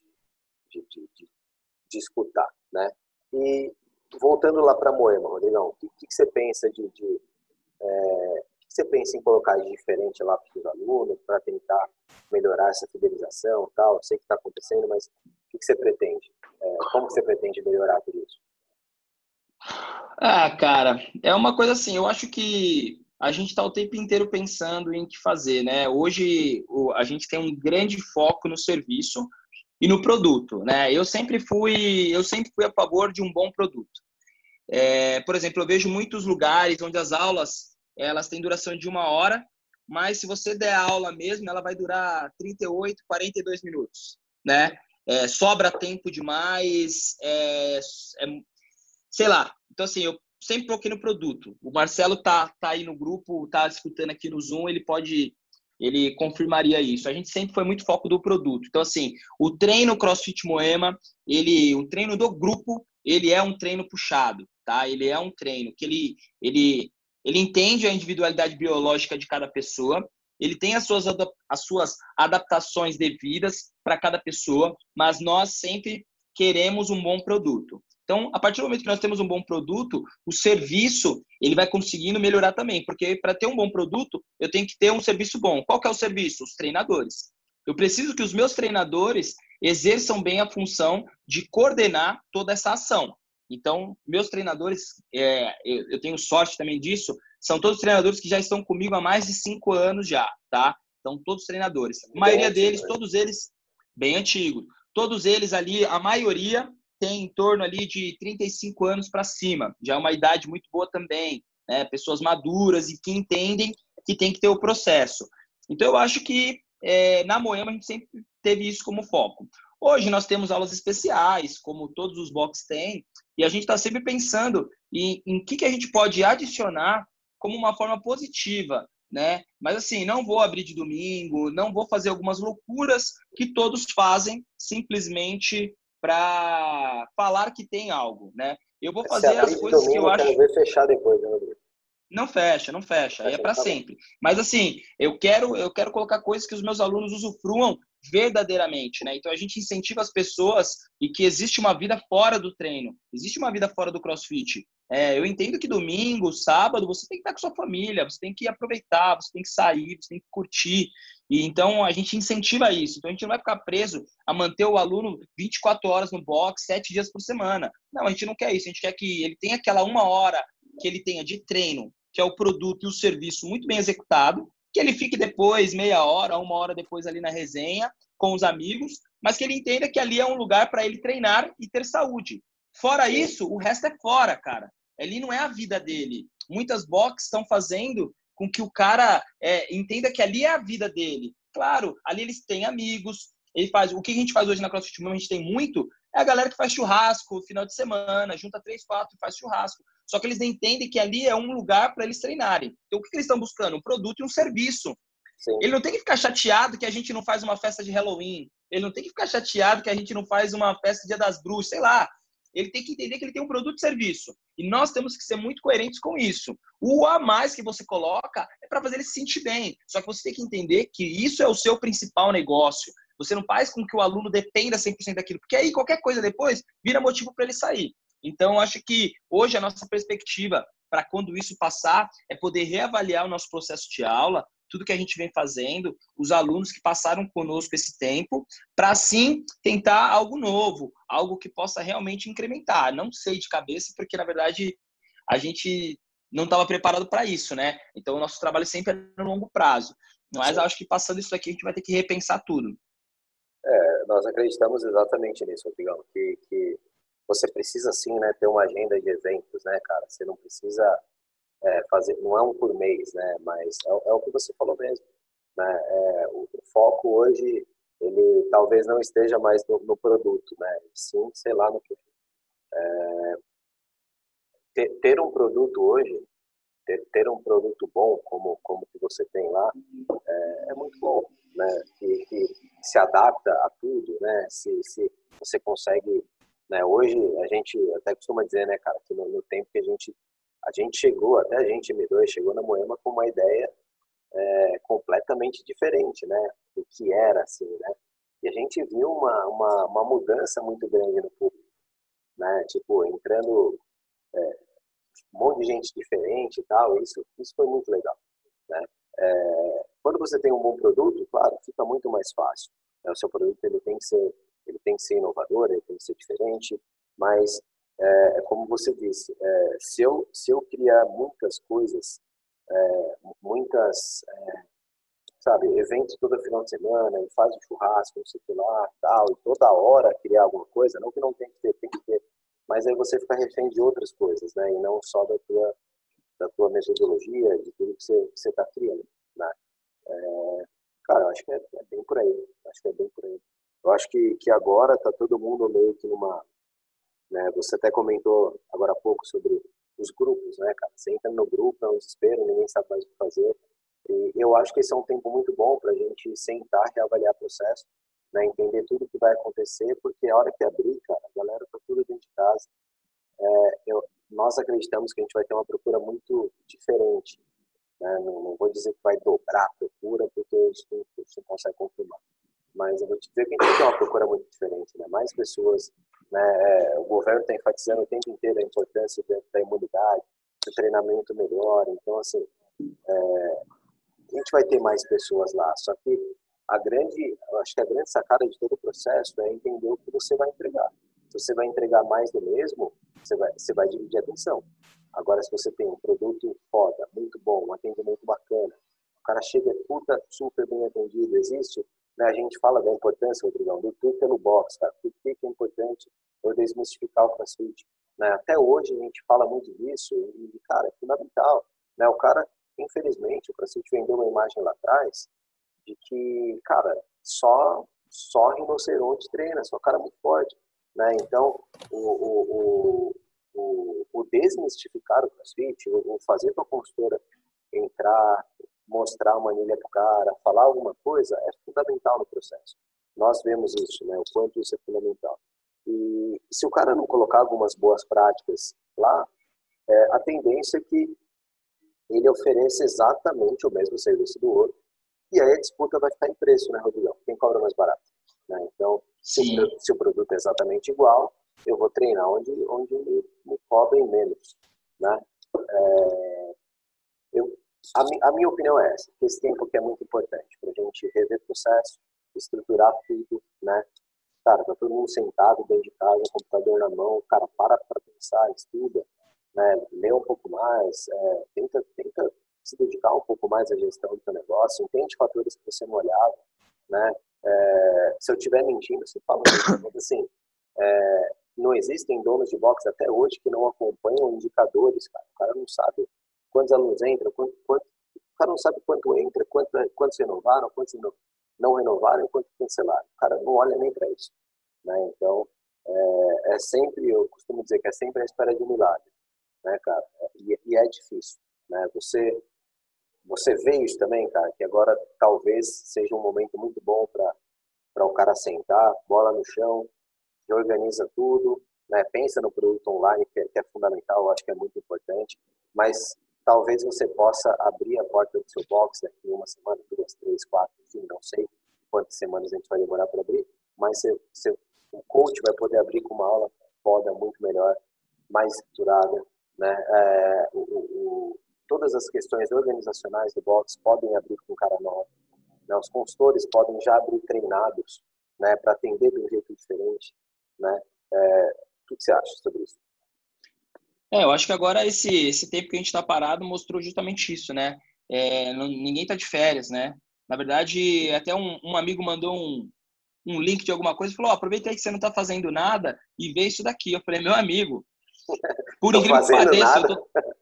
de escutar, né? E voltando lá para Moema, Rodrigão, o que você pensa o que você pensa em colocar de diferente lá para os alunos, para tentar melhorar essa fidelização e tal? Eu sei que está acontecendo, mas o que você pretende? Como você pretende melhorar tudo isso? Ah, cara, é uma coisa assim, eu acho que a gente está o tempo inteiro pensando em que fazer, né? Hoje a gente tem um grande foco no serviço e no produto, né? Eu sempre fui a favor de um bom produto. Por exemplo, eu vejo muitos lugares onde as aulas elas têm duração de 1 hora, mas se você der a aula mesmo, ela vai durar 38, 42 minutos, né? Sobra tempo demais, sei lá. Então, assim, eu sempre coloquei no produto. O Marcelo tá aí no grupo, tá escutando aqui no Zoom, ele confirmaria isso. A gente sempre foi muito foco do produto. Então, assim, o treino CrossFit Moema, o treino do grupo, ele é um treino puxado, tá? Ele é um treino que ele entende a individualidade biológica de cada pessoa, ele tem as suas adaptações devidas para cada pessoa, mas nós sempre queremos um bom produto. Então, a partir do momento que nós temos um bom produto, o serviço ele vai conseguindo melhorar também, porque para ter um bom produto, eu tenho que ter um serviço bom. Qual que é o serviço? Os treinadores. Eu preciso que os meus treinadores exerçam bem a função de coordenar toda essa ação. Então, meus treinadores, eu tenho sorte também disso, são todos treinadores que já estão comigo há mais de 5 anos já, tá? Então, todos treinadores. A maioria deles, todos eles, bem antigos. Todos eles ali, a maioria tem em torno ali de 35 anos para cima. Já é uma idade muito boa também, né? Pessoas maduras e que entendem que tem que ter o processo. Então, eu acho que na Moema a gente sempre teve isso como foco. Hoje nós temos aulas especiais, como todos os box têm, e a gente está sempre pensando em que a gente pode adicionar como uma forma positiva, né? Mas assim, não vou abrir de domingo, não vou fazer algumas loucuras que todos fazem simplesmente para falar que tem algo, né? Eu vou Se fazer abrir as de coisas que domingo, eu eu acho. quero ver fechar depois, né, Rodrigo? Não fecha, não fecha. Aí é Fecha, para tá bom. sempre. Mas assim, eu quero colocar coisas que os meus alunos usufruam verdadeiramente, né? Então a gente incentiva as pessoas e que existe uma vida fora do treino, existe uma vida fora do CrossFit. Eu entendo que domingo, sábado, você tem que estar com sua família, você tem que aproveitar, você tem que sair, você tem que curtir. E então a gente incentiva isso. Então a gente não vai ficar preso a manter o aluno 24 horas no box, 7 dias por semana. Não, a gente não quer isso. A gente quer que ele tenha aquela 1 hora que ele tenha de treino, que é o produto e o serviço muito bem executado, que ele fique depois, meia hora, 1 hora depois ali na resenha, com os amigos, mas que ele entenda que ali é um lugar para ele treinar e ter saúde. Fora isso, o resto é fora, cara. Ali não é a vida dele. Muitas boxes estão fazendo com que o cara entenda que ali é a vida dele. Claro, ali eles têm amigos. O que a gente faz hoje na CrossFit Movement, a gente tem muito, é a galera que faz churrasco final de semana, junta 3, 4 e faz churrasco. Só que eles entendem que ali é um lugar para eles treinarem. Então, o que eles estão buscando? Um produto e um serviço. Sim. Ele não tem que ficar chateado que a gente não faz uma festa de Halloween. Ele não tem que ficar chateado que a gente não faz uma festa de Dia das Bruxas, sei lá. ele tem que entender que ele tem um produto e serviço. E nós temos que ser muito coerentes com isso. O a mais que você coloca é para fazer ele se sentir bem. Só que você tem que entender que isso é o seu principal negócio. Você não faz com que o aluno dependa 100% daquilo, porque aí qualquer coisa depois vira motivo para ele sair. Então, eu acho que hoje a nossa perspectiva para quando isso passar é poder reavaliar o nosso processo de aula, tudo que a gente vem fazendo, os alunos que passaram conosco esse tempo, para assim tentar algo novo, algo que possa realmente incrementar. Não sei de cabeça, porque na verdade a gente não estava preparado para isso, né? Então o nosso trabalho sempre é no longo prazo. Mas eu acho que passando isso aqui a gente vai ter que repensar tudo. Nós acreditamos exatamente nisso, Rodrigão, que você precisa sim, né, ter uma agenda de eventos, né, cara? Você não precisa fazer, não é um por mês, né? Mas é o que você falou mesmo, né? O foco hoje, ele talvez não esteja mais no produto, né? Sim, sei lá no que. Ter um produto hoje, ter um produto bom, como que você tem lá, é muito bom, né? Que se adapta a tudo, né? Se você consegue, né? Hoje a gente até costuma dizer, né, cara, que no tempo que a gente chegou, até a gente M2 chegou na Moema com uma ideia completamente diferente, né? Do que era, assim, né? E a gente viu uma mudança muito grande no público, né? Tipo, entrando um monte de gente diferente e tal, isso foi muito legal, né? Quando você tem um bom produto, claro, fica muito mais fácil, né? O seu produto ele tem que ser inovador, ele tem que ser diferente, mas como você disse, se eu criar muitas coisas, muitas, sabe, eventos todo final de semana, e faz um churrasco, não sei o que lá, tal, e toda hora criar alguma coisa, não que não tem que ter, tem que ter, mas aí você fica refém de outras coisas, né, e não só da tua metodologia, de tudo que você está criando, né. Cara, eu acho que é bem por aí, acho que é bem por aí. Eu acho que agora está todo mundo meio que numa, né, você até comentou agora há pouco sobre os grupos, né, cara, você entra no grupo, é um desespero, ninguém sabe mais o que fazer, e eu acho que esse é um tempo muito bom para a gente sentar, reavaliar o processo, né, entender tudo o que vai acontecer, porque a hora que abrir, cara, a galera tá tudo dentro de casa. Nós acreditamos que a gente vai ter uma procura muito diferente, né? Não vou dizer que vai dobrar a procura, porque isso não consegue confirmar. Mas eu vou te dizer que a gente vai ter uma procura muito diferente, né? Mais pessoas, né? O governo está enfatizando o tempo inteiro a importância da imunidade, do treinamento melhor. Então, assim, a gente vai ter mais pessoas lá. Só que eu acho que a grande sacada de todo o processo é entender o que você vai entregar. Se você vai entregar mais do mesmo, você vai dividir a atenção. Agora, se você tem um produto foda, muito bom, um atendimento bacana, o cara chega puta, super bem atendido, existe, né? A gente fala da importância, Rodrigão, do tudo pelo box, cara. Por que é importante eu desmistificar o CrossFit? Né? Até hoje a gente fala muito disso e, cara, é fundamental. Né? O cara, infelizmente, o CrossFit vendeu uma imagem lá atrás de que, cara, só rinoceronte treina, só cara muito forte, né? Então, o desmistificar o CrossFit, o fazer tua consultora entrar, mostrar uma anilha pro cara, falar alguma coisa, é fundamental no processo. Nós vemos isso, né? O quanto isso é fundamental. E se o cara não colocar algumas boas práticas lá, a tendência é que ele ofereça exatamente o mesmo serviço do outro, e aí a disputa vai ficar em preço, né, Rodrigão? Quem cobra mais barato? Né? Então, se o produto é exatamente igual, eu vou treinar onde me cobrem menos. Né? A minha opinião é essa, que esse tempo aqui é muito importante para a gente rever o processo, estruturar tudo, né? Cara, tá todo mundo sentado dentro de casa, computador na mão, cara, para pensar, estuda, né? Lê um pouco mais, tenta se dedicar um pouco mais à gestão do seu negócio, entende fatores que você não olhava, né? Se eu estiver mentindo, você fala isso, mas assim, não existem donos de box até hoje que não acompanham indicadores, cara. O cara não sabe quantos alunos entram, o cara não sabe quanto entra, quantos renovaram, quantos não renovaram, quantos cancelaram. O cara não olha nem para isso, né? Então, sempre, eu costumo dizer que é sempre a espera de um milagre, né, cara? E é difícil, né? Você vê isso também, cara, que agora talvez seja um momento muito bom para o cara sentar, bola no chão, reorganiza tudo, né? Pensa no produto online, que é fundamental, eu acho que é muito importante, mas talvez você possa abrir a porta do seu box daqui uma semana, 2, 3, 4, enfim, não sei quantas semanas a gente vai demorar para abrir, mas o coach vai poder abrir com uma aula foda, muito melhor, mais estruturada, né? Todas as questões organizacionais do box podem abrir com um cara novo, né? Os consultores podem já abrir treinados, né, para atender de um jeito diferente, né? O que você acha sobre isso? Eu acho que agora esse tempo que a gente está parado mostrou justamente isso, né? Ninguém está de férias, né? Na verdade, até um amigo mandou um link de alguma coisa e falou, aproveita aí que você não está fazendo nada e vê isso daqui. Eu falei, meu amigo, por Tô incrível que fazendo pareça, nada.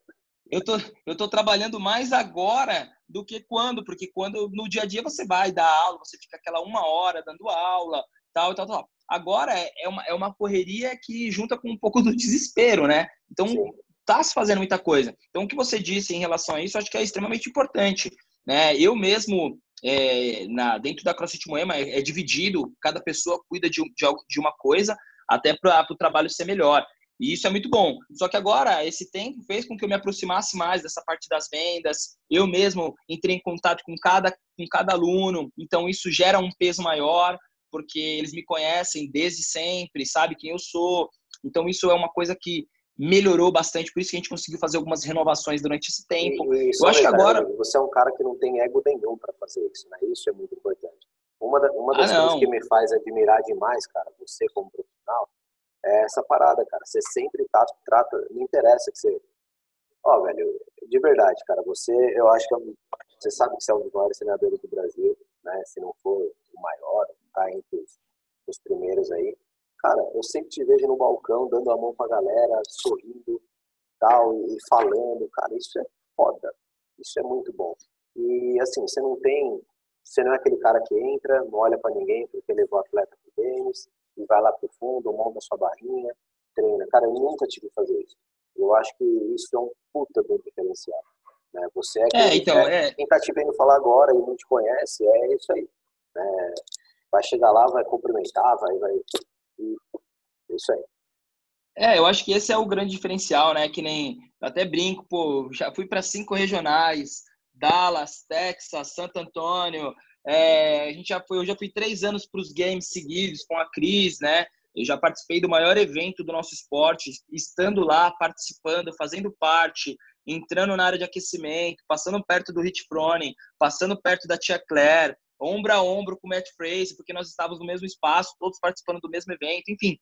eu tô trabalhando mais agora do que quando, porque quando no dia a dia você vai dar aula, você fica aquela 1 hora dando aula, tal, tal, tal. Agora é uma correria que junta com um pouco do desespero, né? Então, Sim. tá se fazendo muita coisa. Então, o que você disse em relação a isso, acho que é extremamente importante, né? Eu mesmo, dentro da CrossFit Moema, é dividido, cada pessoa cuida de uma coisa, até para o trabalho ser melhor. E isso é muito bom. Só que agora, esse tempo fez com que eu me aproximasse mais dessa parte das vendas. Eu mesmo entrei em contato com cada aluno. Então, isso gera um peso maior, porque eles me conhecem desde sempre, sabe quem eu sou. Então, isso é uma coisa que melhorou bastante. Por isso que a gente conseguiu fazer algumas renovações durante esse tempo. E Eu só um acho que detalhe, agora... amigo, você é um cara que não tem ego nenhum para fazer isso, né? Isso é muito importante. Uma Ah, das coisas que não. me faz admirar demais, cara, você como profissional, é essa parada, cara. Você sempre trata, não interessa que você... Ó, velho, de verdade, cara, eu acho que você sabe que você é um dos maiores treinadores do Brasil, né? Se não for o maior, tá entre os primeiros aí. Cara, eu sempre te vejo no balcão, dando a mão pra galera, sorrindo, tal, e falando, cara, isso é foda, isso é muito bom. E assim, você não é aquele cara que entra, não olha pra ninguém porque levou o atleta pro tênis, e vai lá pro fundo, monta sua barrinha, treina. Cara, eu nunca tive que fazer isso. Eu acho que isso é um puta do diferencial, né? Você Então, quem tá te vendo falar agora e não te conhece, é isso aí, né? Vai chegar lá, vai cumprimentar, e é isso aí. eu acho que esse é o grande diferencial, né? Que nem, eu até brinco, pô, já fui para 5 regionais, Dallas, Texas, Santo Antônio, eu já fui 3 anos para os games seguidos com a Cris, né? Eu já participei do maior evento do nosso esporte, estando lá, participando, fazendo parte, entrando na área de aquecimento, passando perto do Rich Froning, passando perto da Tia Claire, ombro a ombro com o Matt Fraser, porque nós estávamos no mesmo espaço, todos participando do mesmo evento, enfim.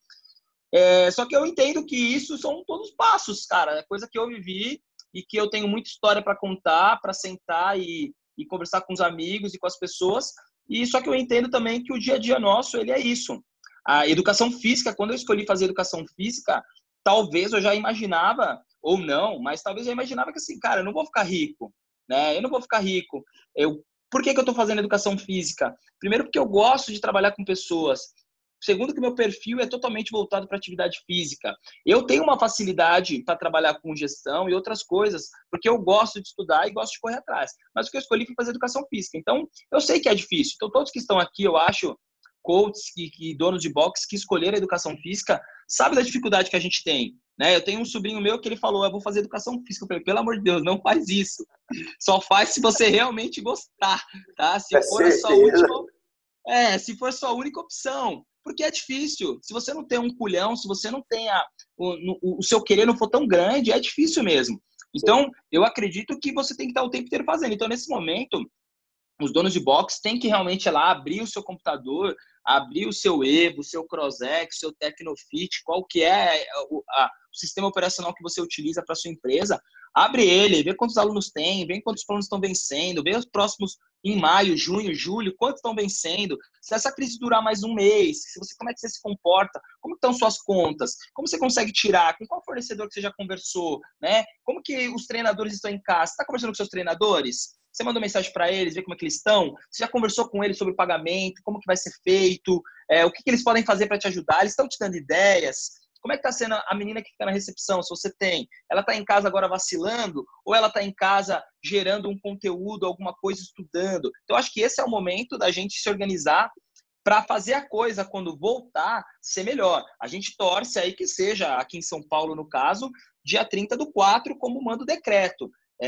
Só que eu entendo que isso são todos passos, cara. É coisa que eu vivi e que eu tenho muita história para contar, para sentar e conversar com os amigos e com as pessoas. E só que eu entendo também que o dia a dia nosso, ele é isso. A educação física, quando eu escolhi fazer educação física, talvez eu já imaginava, ou não, mas talvez eu imaginava que assim, cara, eu não vou ficar rico, né? Eu não vou ficar rico. Por que eu estou fazendo educação física? Primeiro porque eu gosto de trabalhar com pessoas. Segundo, que meu perfil é totalmente voltado para atividade física. Eu tenho uma facilidade para trabalhar com gestão e outras coisas, porque eu gosto de estudar e gosto de correr atrás. Mas o que eu escolhi foi fazer educação física. Então, eu sei que é difícil. Então, todos que estão aqui, eu acho, coaches e donos de boxe que escolheram a educação física, sabem da dificuldade que a gente tem. Né? Eu tenho um sobrinho meu que ele falou, eu vou fazer educação física. Eu falei, pelo amor de Deus, não faz isso. Só faz se você realmente gostar, tá? Se É for a sua certeza. última... se for sua única opção, porque é difícil. Se você não tem um culhão, se você não tem o seu querer não for tão grande, é difícil mesmo. Sim. Então, eu acredito que você tem que estar o tempo inteiro fazendo. Então, nesse momento, os donos de box têm que realmente ir lá abrir o seu computador, abrir o seu Evo, o seu CrossX, o seu Tecnofit, qual que é o sistema operacional que você utiliza para sua empresa, abre ele, vê quantos alunos tem, vê quantos planos estão vencendo, vê os próximos em maio, junho, julho, quantos estão vencendo. Se essa crise durar mais um mês, como é que você se comporta, como estão suas contas, como você consegue tirar, com qual fornecedor que você já conversou, né? Como que os treinadores estão em casa? Você está conversando com seus treinadores? Você mandou mensagem para eles, ver como é que eles estão? Você já conversou com eles sobre o pagamento, como que vai ser feito, o que eles podem fazer para te ajudar? Eles estão te dando ideias? Como é que está sendo a menina que fica na recepção, se você tem? Ela está em casa agora vacilando ou ela está em casa gerando um conteúdo, alguma coisa, estudando? Então, acho que esse é o momento da gente se organizar para fazer a coisa, quando voltar, ser melhor. A gente torce aí que seja, aqui em São Paulo, no caso, dia 30/4, como manda o decreto.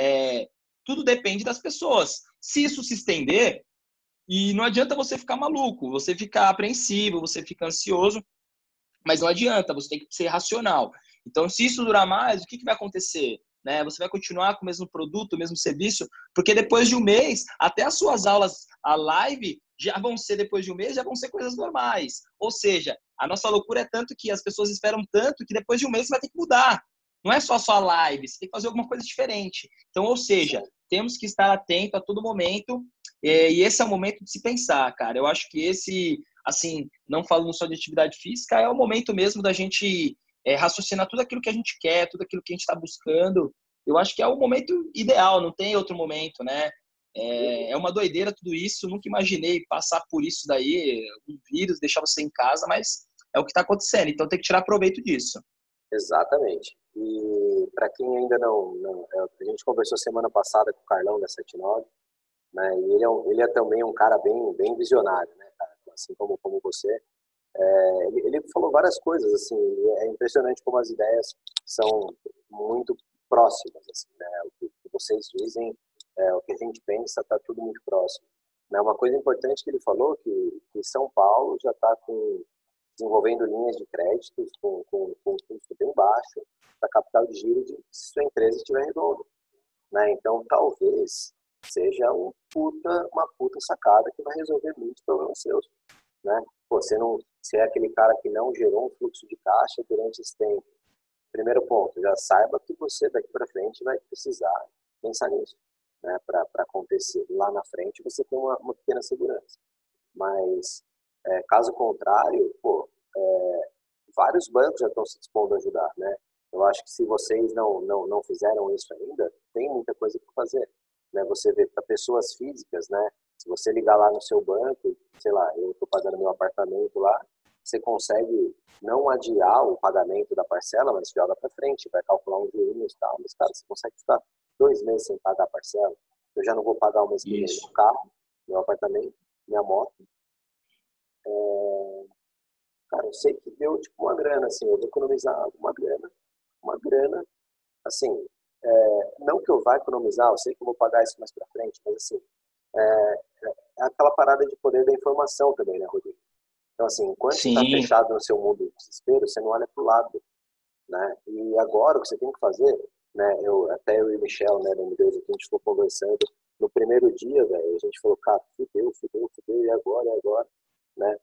Tudo depende das pessoas. Se isso se estender, e não adianta você ficar maluco, você ficar apreensivo, você fica ansioso, mas não adianta, você tem que ser racional. Então, se isso durar mais, o que vai acontecer? Né? Você vai continuar com o mesmo produto, o mesmo serviço, porque depois de um mês, até as suas aulas, a live, já vão ser, depois de um mês, já vão ser coisas normais. Ou seja, a nossa loucura é tanto que as pessoas esperam tanto que depois de um mês você vai ter que mudar. Não é só a sua live, você tem que fazer alguma coisa diferente. Então, ou seja, temos que estar atento a todo momento, e esse é o momento de se pensar, cara. Eu acho que esse, assim, não falando só de atividade física, é o momento mesmo da gente raciocinar tudo aquilo que a gente quer, tudo aquilo que a gente está buscando. Eu acho que é o momento ideal, não tem outro momento, né? É uma doideira tudo isso, nunca imaginei passar por isso daí, um vírus, deixar você em casa, mas é o que está acontecendo, então tem que tirar proveito disso. Exatamente. E para quem ainda não, a gente conversou semana passada com o Carlão da 79, né? E ele é também um cara bem visionário, né, cara? Assim como você. Ele falou várias coisas, assim, é impressionante como as ideias são muito próximas, assim, né? O que vocês dizem, o que a gente pensa, está tudo muito próximo. Né? Uma coisa importante que ele falou, que São Paulo já está desenvolvendo linhas de créditos com um custo bem baixo para capital de giro se sua empresa estiver redonda. Né? Então, talvez seja uma puta sacada que vai resolver muitos problemas seus. Né? Pô, você é aquele cara que não gerou um fluxo de caixa durante esse tempo. Primeiro ponto, já saiba que você daqui para frente vai precisar pensar nisso. Né? Para acontecer lá na frente, você tem uma pequena segurança. Mas, caso contrário, vários bancos já estão se dispondo a ajudar. Né? Eu acho que se vocês não fizeram isso ainda, tem muita coisa para fazer. Né? Você vê para pessoas físicas, né? Se você ligar lá no seu banco, sei lá, eu estou pagando meu apartamento lá, você consegue não adiar o pagamento da parcela, mas joga para frente, vai calcular uns juros e tal, mas, cara, você consegue ficar 2 meses sem pagar a parcela. Eu já não vou pagar o mês que vem meu carro, meu apartamento, minha moto. Cara, eu sei que deu tipo uma grana, assim, eu vou economizar uma grana, assim, não que eu vá economizar, eu sei que eu vou pagar isso mais para frente, mas assim, é aquela parada de poder da informação também, né, Rodrigo? Então, assim, enquanto você está fechado no seu mundo de desespero, você não olha para o lado, né? E agora o que você tem que fazer, né? Até eu e o Michel, né, da M2, aqui, a gente ficou conversando. No primeiro dia, velho, a gente falou, cara, fudeu, e agora, né?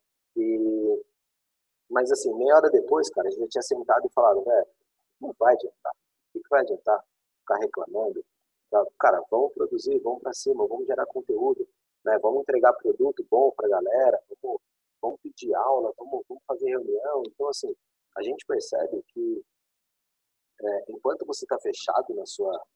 Mas, assim, meia hora depois, cara, a gente já tinha sentado e falado, velho, não vai adiantar. O que vai adiantar? Ficar reclamando? Cara, vamos produzir, vamos para cima, vamos gerar conteúdo, né? Vamos entregar produto bom para a galera, vamos pedir aula, vamos fazer reunião. Então, assim, a gente percebe que enquanto você está fechado no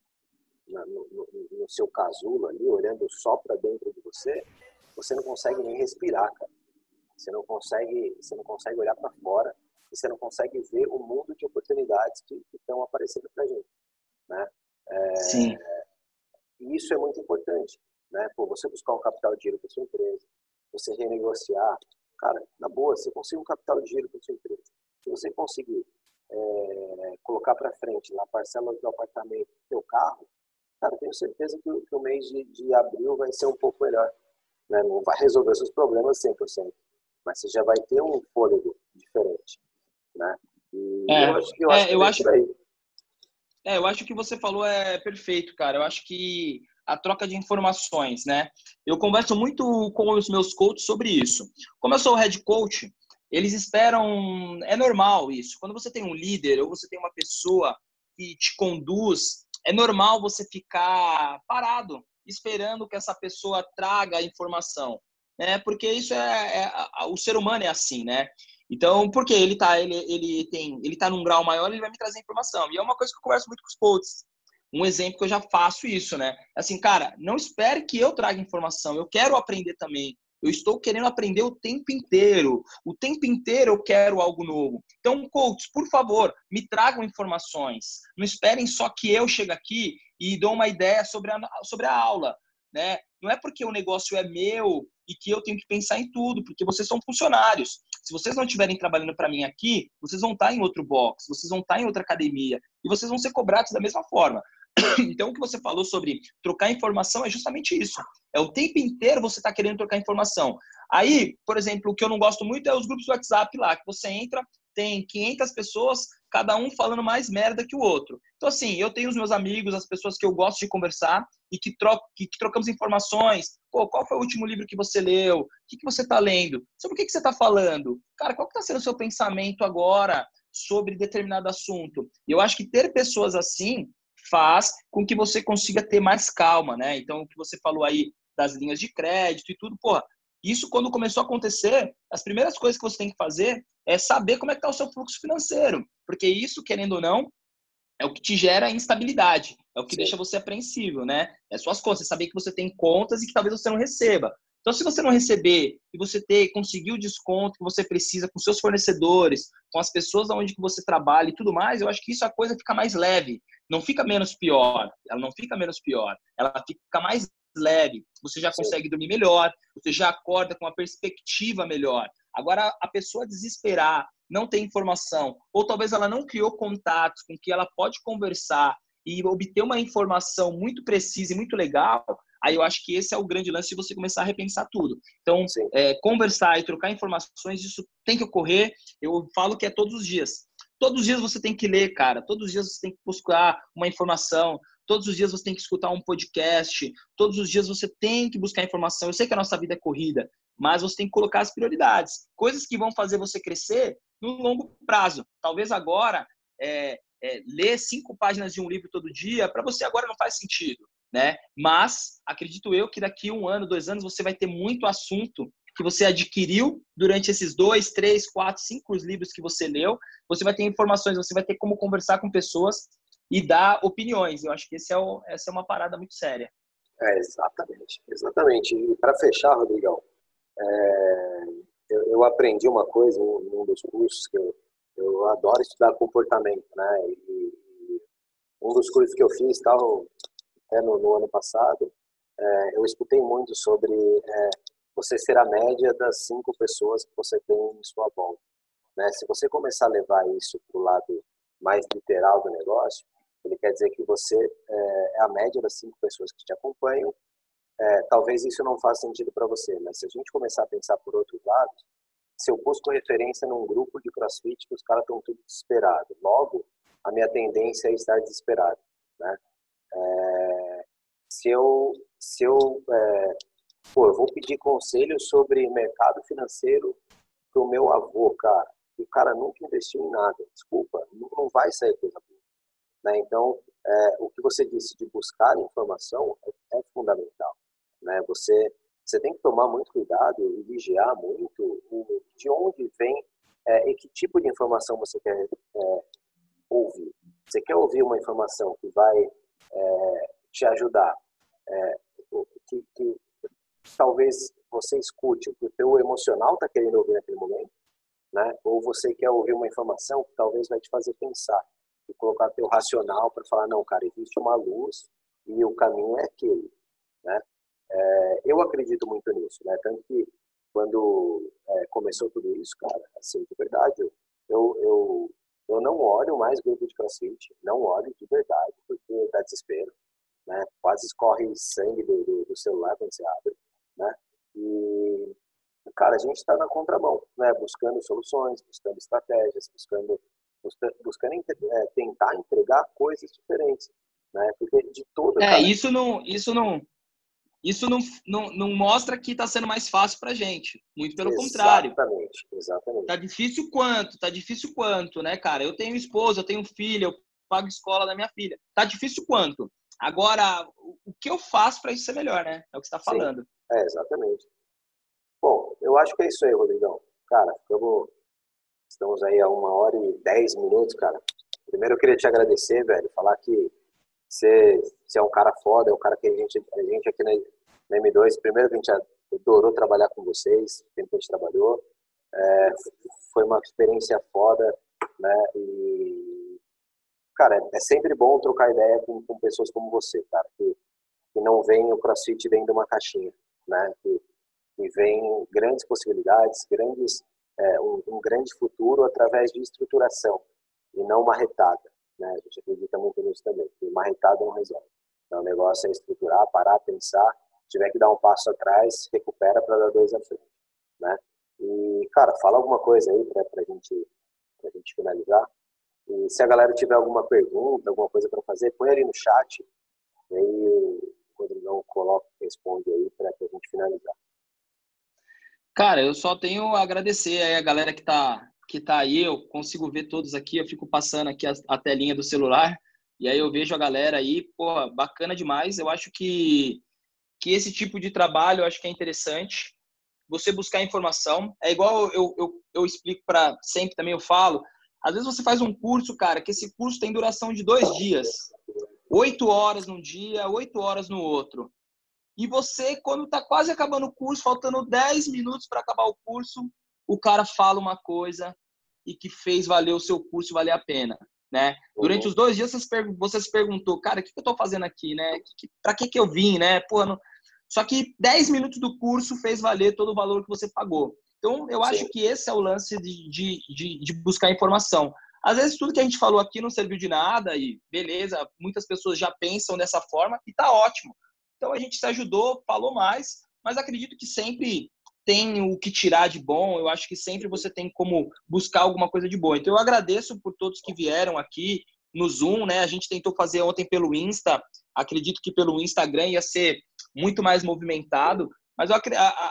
seu casulo ali, olhando só para dentro de você, você não consegue nem respirar, cara. Você não consegue olhar para fora e você não consegue ver o mundo de oportunidades que estão aparecendo para a gente, né? Sim. E isso é muito importante, né? Pô, você buscar um capital de giro para sua empresa, você renegociar, cara, na boa, você consegue um capital de giro para sua empresa. Se você conseguir colocar para frente na parcela do apartamento, do seu carro, cara, eu tenho certeza que o mês de abril vai ser um pouco melhor, né? Não vai resolver seus problemas 100%, mas você já vai ter um fôlego diferente, né? E eu acho que é por aí. Eu acho que o que você falou é perfeito, cara. Eu acho que a troca de informações, né? Eu converso muito com os meus coaches sobre isso. Como eu sou o head coach, eles esperam... É normal isso. Quando você tem um líder ou você tem uma pessoa que te conduz, é normal você ficar parado, esperando que essa pessoa traga a informação, né? Porque isso o ser humano é assim, né? Então, porque ele tá num grau maior, ele vai me trazer informação. E é uma coisa que eu converso muito com os coaches. Um exemplo que eu já faço isso, né? Assim, cara, não espere que eu traga informação. Eu quero aprender também. Eu estou querendo aprender o tempo inteiro. O tempo inteiro eu quero algo novo. Então, coaches, por favor, me tragam informações. Não esperem só que eu chegue aqui e dou uma ideia sobre a aula. né? Não é porque o negócio é meu e que eu tenho que pensar em tudo, porque vocês são funcionários. Se vocês não estiverem trabalhando para mim aqui, vocês vão estar em outro box, vocês vão estar em outra academia e vocês vão ser cobrados da mesma forma. Então, o que você falou sobre trocar informação é justamente isso. É o tempo inteiro você está querendo trocar informação. Aí, por exemplo, o que eu não gosto muito é os grupos do WhatsApp lá, que você entra, tem 500 pessoas, cada um falando mais merda que o outro. Então, assim, eu tenho os meus amigos, as pessoas que eu gosto de conversar e que trocamos informações. Pô, qual foi o último livro que você leu? O que você está lendo? Sobre o que você está falando? Cara, qual que está sendo o seu pensamento agora sobre determinado assunto? E eu acho que ter pessoas assim faz com que você consiga ter mais calma, né? Então, o que você falou aí das linhas de crédito e tudo, porra, isso quando começou a acontecer, as primeiras coisas que você tem que fazer é saber como é que está o seu fluxo financeiro, porque isso, querendo ou não, é o que te gera instabilidade, é o que Sim. deixa você apreensivo, né? É suas contas, você saber que você tem contas e que talvez você não receba. Então, se você não receber e você conseguir o desconto que você precisa com seus fornecedores, com as pessoas onde que você trabalha e tudo mais, eu acho que isso a coisa fica mais leve. Não fica menos pior. Ela não fica menos pior. Ela fica mais leve. Você já Sim. consegue dormir melhor, você já acorda com uma perspectiva melhor. Agora, a pessoa desesperar, não ter informação, ou talvez ela não criou contatos com que ela pode conversar e obter uma informação muito precisa e muito legal, aí eu acho que esse é o grande lance de você começar a repensar tudo. Então, conversar e trocar informações, isso tem que ocorrer. Eu falo que é todos os dias. Todos os dias você tem que ler, cara. Todos os dias você tem que buscar uma informação. Todos os dias você tem que escutar um podcast. Todos os dias você tem que buscar informação. Eu sei que a nossa vida é corrida, mas você tem que colocar as prioridades. Coisas que vão fazer você crescer no longo prazo. Talvez agora, ler 5 páginas de um livro todo dia, para você agora não faz sentido, né? Mas acredito eu que daqui 1 ano, 2 anos, você vai ter muito assunto que você adquiriu durante esses 2, 3, 4, 5 livros que você leu. Você vai ter informações, você vai ter como conversar com pessoas e dar opiniões. Eu acho que essa é uma parada muito séria. Exatamente, exatamente. E para fechar, Rodrigão, eu aprendi uma coisa em um dos cursos que eu adoro estudar comportamento, né? E um dos cursos que eu fiz, até no ano passado, eu escutei muito sobre você ser a média das 5 pessoas que você tem em sua volta, né? Se você começar a levar isso para o lado mais literal do negócio, ele quer dizer que você é a média das 5 pessoas que te acompanham. Talvez isso não faça sentido para você, mas se a gente começar a pensar por outros lados, se eu busco referência num grupo de CrossFit que os caras estão tudo desesperados, logo a minha tendência é estar desesperado, né? Se eu vou pedir conselho sobre mercado financeiro pro meu avô, cara, e o cara nunca investiu em nada, desculpa, não vai sair coisa boa, né? Então, o que você disse de buscar informação é fundamental, né? Você tem que tomar muito cuidado e vigiar muito de onde vem e que tipo de informação você quer ouvir. Você quer ouvir uma informação que vai te ajudar, que talvez você escute o que o teu emocional está querendo ouvir naquele momento, né? Ou você quer ouvir uma informação que talvez vai te fazer pensar e colocar teu racional para falar, não, cara, existe uma luz e o caminho é aquele, né? Eu acredito muito nisso, né? Tanto que quando começou tudo isso, cara, assim, de verdade, eu não olho mais grupo de CrossFit, não olho de verdade, porque dá desespero, né? Quase escorre sangue do celular quando você abre, né? E, cara, a gente está na contramão, né? Buscando soluções, buscando estratégias, buscando tentar entregar coisas diferentes, né? Porque de todo, cara... Isso não mostra que está sendo mais fácil para a gente. Muito pelo contrário. Exatamente. Tá difícil quanto, né, cara? Eu tenho esposa, eu tenho filha, eu pago escola da minha filha. Tá difícil quanto? Agora, o que eu faço para isso ser melhor, né? É o que você está falando. Sim, exatamente. Bom, eu acho que é isso aí, Rodrigão. Cara, estamos aí a 1h10, cara. Primeiro eu queria te agradecer, velho, falar que você é um cara foda, é um cara que a gente aqui na M2, primeiro que a gente adorou trabalhar com vocês, o tempo que a gente trabalhou, foi uma experiência foda, né, e, cara, é sempre bom trocar ideia com pessoas como você, cara, que que não vem o CrossFit dentro de uma caixinha, né? Que vem grandes possibilidades, um grande futuro através de estruturação e não marretada, né? A gente acredita muito nisso também, que marretada não resolve. Então, o negócio é estruturar, parar, pensar, se tiver que dar um passo atrás, recupera para dar dois à frente, né? E, cara, fala alguma coisa aí para a gente finalizar. E se a galera tiver alguma pergunta, alguma coisa para fazer, põe ali no chat, e aí o Rodrigão coloca, responde aí para a gente finalizar. Cara, eu só tenho a agradecer aí a galera que tá aí, eu consigo ver todos aqui, eu fico passando aqui a telinha do celular, e aí eu vejo a galera aí, pô, bacana demais. Eu acho que esse tipo de trabalho, eu acho que é interessante, você buscar informação. É igual eu explico para sempre também, eu falo, às vezes você faz um curso, cara, que esse curso tem duração de 2 dias, 8 horas num dia, 8 horas no outro. E você, quando está quase acabando o curso, faltando 10 minutos para acabar o curso, o cara fala uma coisa e que fez valer o seu curso valer a pena, né? Durante os 2 dias você se perguntou, cara, o que eu estou fazendo aqui, né? Para que eu vim, né? Pô, não... Só que 10 minutos do curso fez valer todo o valor que você pagou. Então, eu acho que esse é o lance de buscar informação. Às vezes, tudo que a gente falou aqui não serviu de nada e beleza, muitas pessoas já pensam dessa forma e tá ótimo. Então, a gente se ajudou, falou mais, mas acredito que sempre tem o que tirar de bom. Eu acho que sempre você tem como buscar alguma coisa de boa. Então, eu agradeço por todos que vieram aqui no Zoom, né? A gente tentou fazer ontem pelo Insta. Acredito que pelo Instagram ia ser muito mais movimentado, mas eu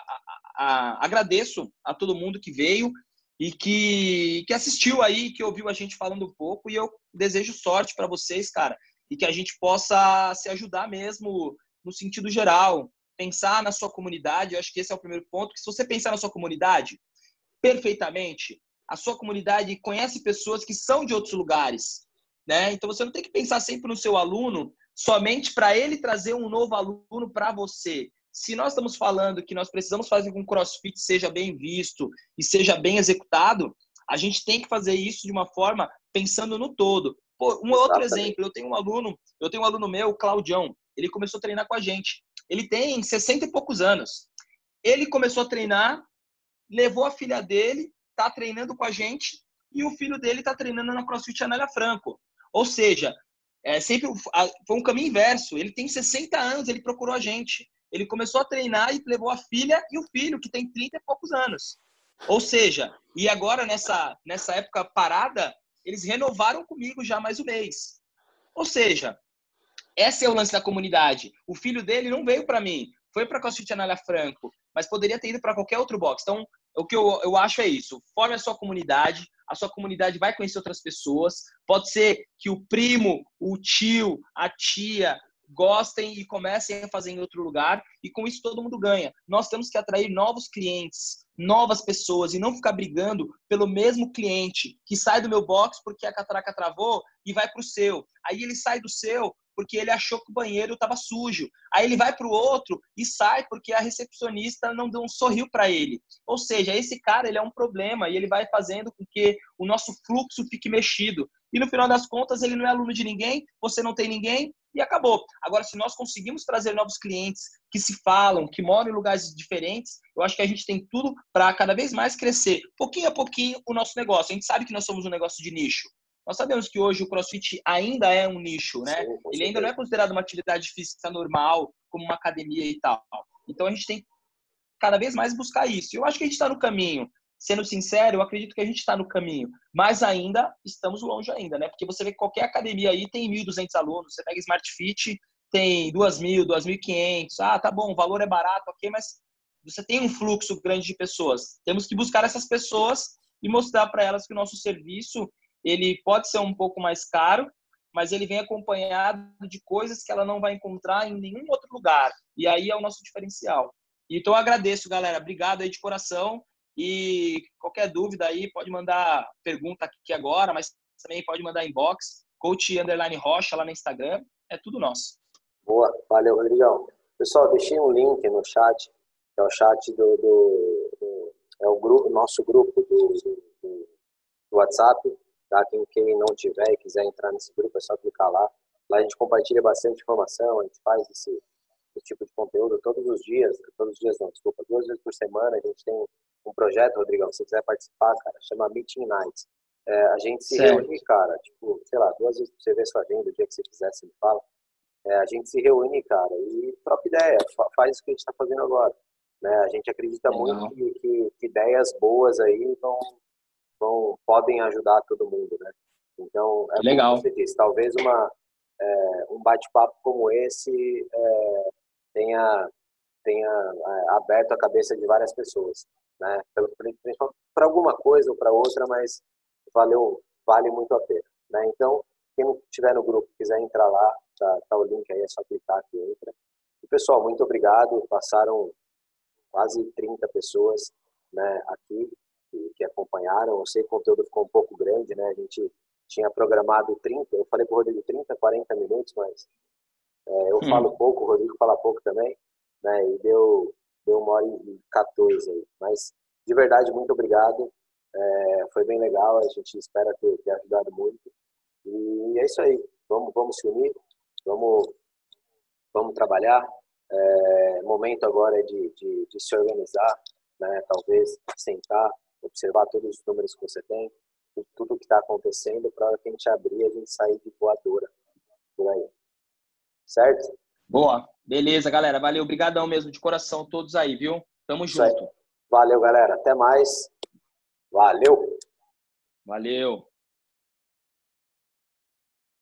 agradeço a todo mundo que veio e que assistiu aí, que ouviu a gente falando um pouco, e eu desejo sorte para vocês, cara, e que a gente possa se ajudar mesmo no sentido geral, pensar na sua comunidade. Eu acho que esse é o primeiro ponto, que se você pensar na sua comunidade perfeitamente, a sua comunidade conhece pessoas que são de outros lugares, né? Então você não tem que pensar sempre no seu aluno somente para ele trazer um novo aluno para você. Se nós estamos falando que nós precisamos fazer com que o CrossFit seja bem visto e seja bem executado, a gente tem que fazer isso de uma forma pensando no todo. Pô, um outro exemplo, eu tenho um aluno meu, o Claudião, ele começou a treinar com a gente. Ele tem 60 e poucos anos. Ele começou a treinar, levou a filha dele, tá treinando com a gente, e o filho dele tá treinando na CrossFit Anália Franco. Ou seja, sempre foi um caminho inverso. Ele tem 60 anos, ele procurou a gente. Ele começou a treinar e levou a filha e o filho, que tem 30 e poucos anos. Ou seja, e agora nessa época parada, eles renovaram comigo já mais um mês. Ou seja, esse é o lance da comunidade. O filho dele não veio para mim, foi para a CrossFit Anália Franco, mas poderia ter ido para qualquer outro box. Então, o que eu acho é isso. Forme a sua comunidade vai conhecer outras pessoas. Pode ser que o primo, o tio, a tia gostem e comecem a fazer em outro lugar, e com isso todo mundo ganha. Nós temos que atrair novos clientes, novas pessoas, e não ficar brigando pelo mesmo cliente que sai do meu box porque a catraca travou e vai para o seu. Aí ele sai do seu porque ele achou que o banheiro estava sujo. Aí ele vai para o outro e sai porque a recepcionista não deu um sorriu para ele. Ou seja, esse cara ele é um problema e ele vai fazendo com que o nosso fluxo fique mexido. E no final das contas, ele não é aluno de ninguém, você não tem ninguém e acabou. Agora, se nós conseguimos trazer novos clientes que se falam, que moram em lugares diferentes, eu acho que a gente tem tudo para cada vez mais crescer, pouquinho a pouquinho, o nosso negócio. A gente sabe que nós somos um negócio de nicho. Nós sabemos que hoje o CrossFit ainda é um nicho, né? Sim, ele ainda não é considerado uma atividade física normal, como uma academia e tal. Então, a gente tem que cada vez mais buscar isso. E eu acho que a gente está no caminho. Sendo sincero, eu acredito que a gente está no caminho. Mas ainda estamos longe ainda, né? Porque você vê que qualquer academia aí tem 1.200 alunos. Você pega Smart Fit, tem 2.000, 2.500. Ah, tá bom, o valor é barato, ok, mas você tem um fluxo grande de pessoas. Temos que buscar essas pessoas e mostrar para elas que o nosso serviço ele pode ser um pouco mais caro, mas ele vem acompanhado de coisas que ela não vai encontrar em nenhum outro lugar. E aí é o nosso diferencial. Então, eu agradeço, galera. Obrigado aí de coração. E qualquer dúvida aí, pode mandar pergunta aqui agora, mas também pode mandar inbox. Coach_Rocha lá no Instagram. É tudo nosso. Boa, valeu, Rodrigão. Pessoal, deixei um link no chat, que é o chat é o grupo, nosso grupo do WhatsApp. Tá? Quem não tiver e quiser entrar nesse grupo, é só clicar lá. Lá a gente compartilha bastante informação, a gente faz esse tipo de conteúdo todos os dias não, desculpa, 2 vezes por semana. A gente tem um projeto, Rodrigão, se você quiser participar, cara, chama Meeting Nights. A gente se reúne, cara, tipo, sei lá, 2 vezes pra você ver sua agenda, o dia que você quiser, você me fala. A gente se reúne, cara, e troca ideia, faz o que a gente está fazendo agora. Né? A gente acredita muito que ideias boas aí podem ajudar todo mundo, né? Então, legal. Como você disse, talvez um bate-papo como esse tenha aberto a cabeça de várias pessoas, né? Principalmente para alguma coisa ou para outra, mas vale muito a pena, né? Então, quem não estiver no grupo, quiser entrar lá, tá o link aí, é só clicar que entra. E, pessoal, muito obrigado. Passaram quase 30 pessoas, né, aqui que acompanharam. Eu sei que o conteúdo ficou um pouco grande, né? A gente tinha programado 30, eu falei para o Rodrigo 30, 40 minutos, mas eu falo pouco, o Rodrigo fala pouco também, né? E deu 1h14 aí. Mas, de verdade, muito obrigado. Foi bem legal, a gente espera ter ajudado muito. E é isso aí. Vamos se unir, vamos trabalhar. Momento agora é de se organizar, né? Talvez sentar, observar todos os números que você tem, tudo que está acontecendo, para a hora que a gente abrir, a gente sair de voadora por aí. Certo? Boa. Beleza, galera. Valeu. Obrigadão mesmo, de coração, todos aí, viu? Tamo junto. Valeu, galera. Até mais. Valeu. Valeu.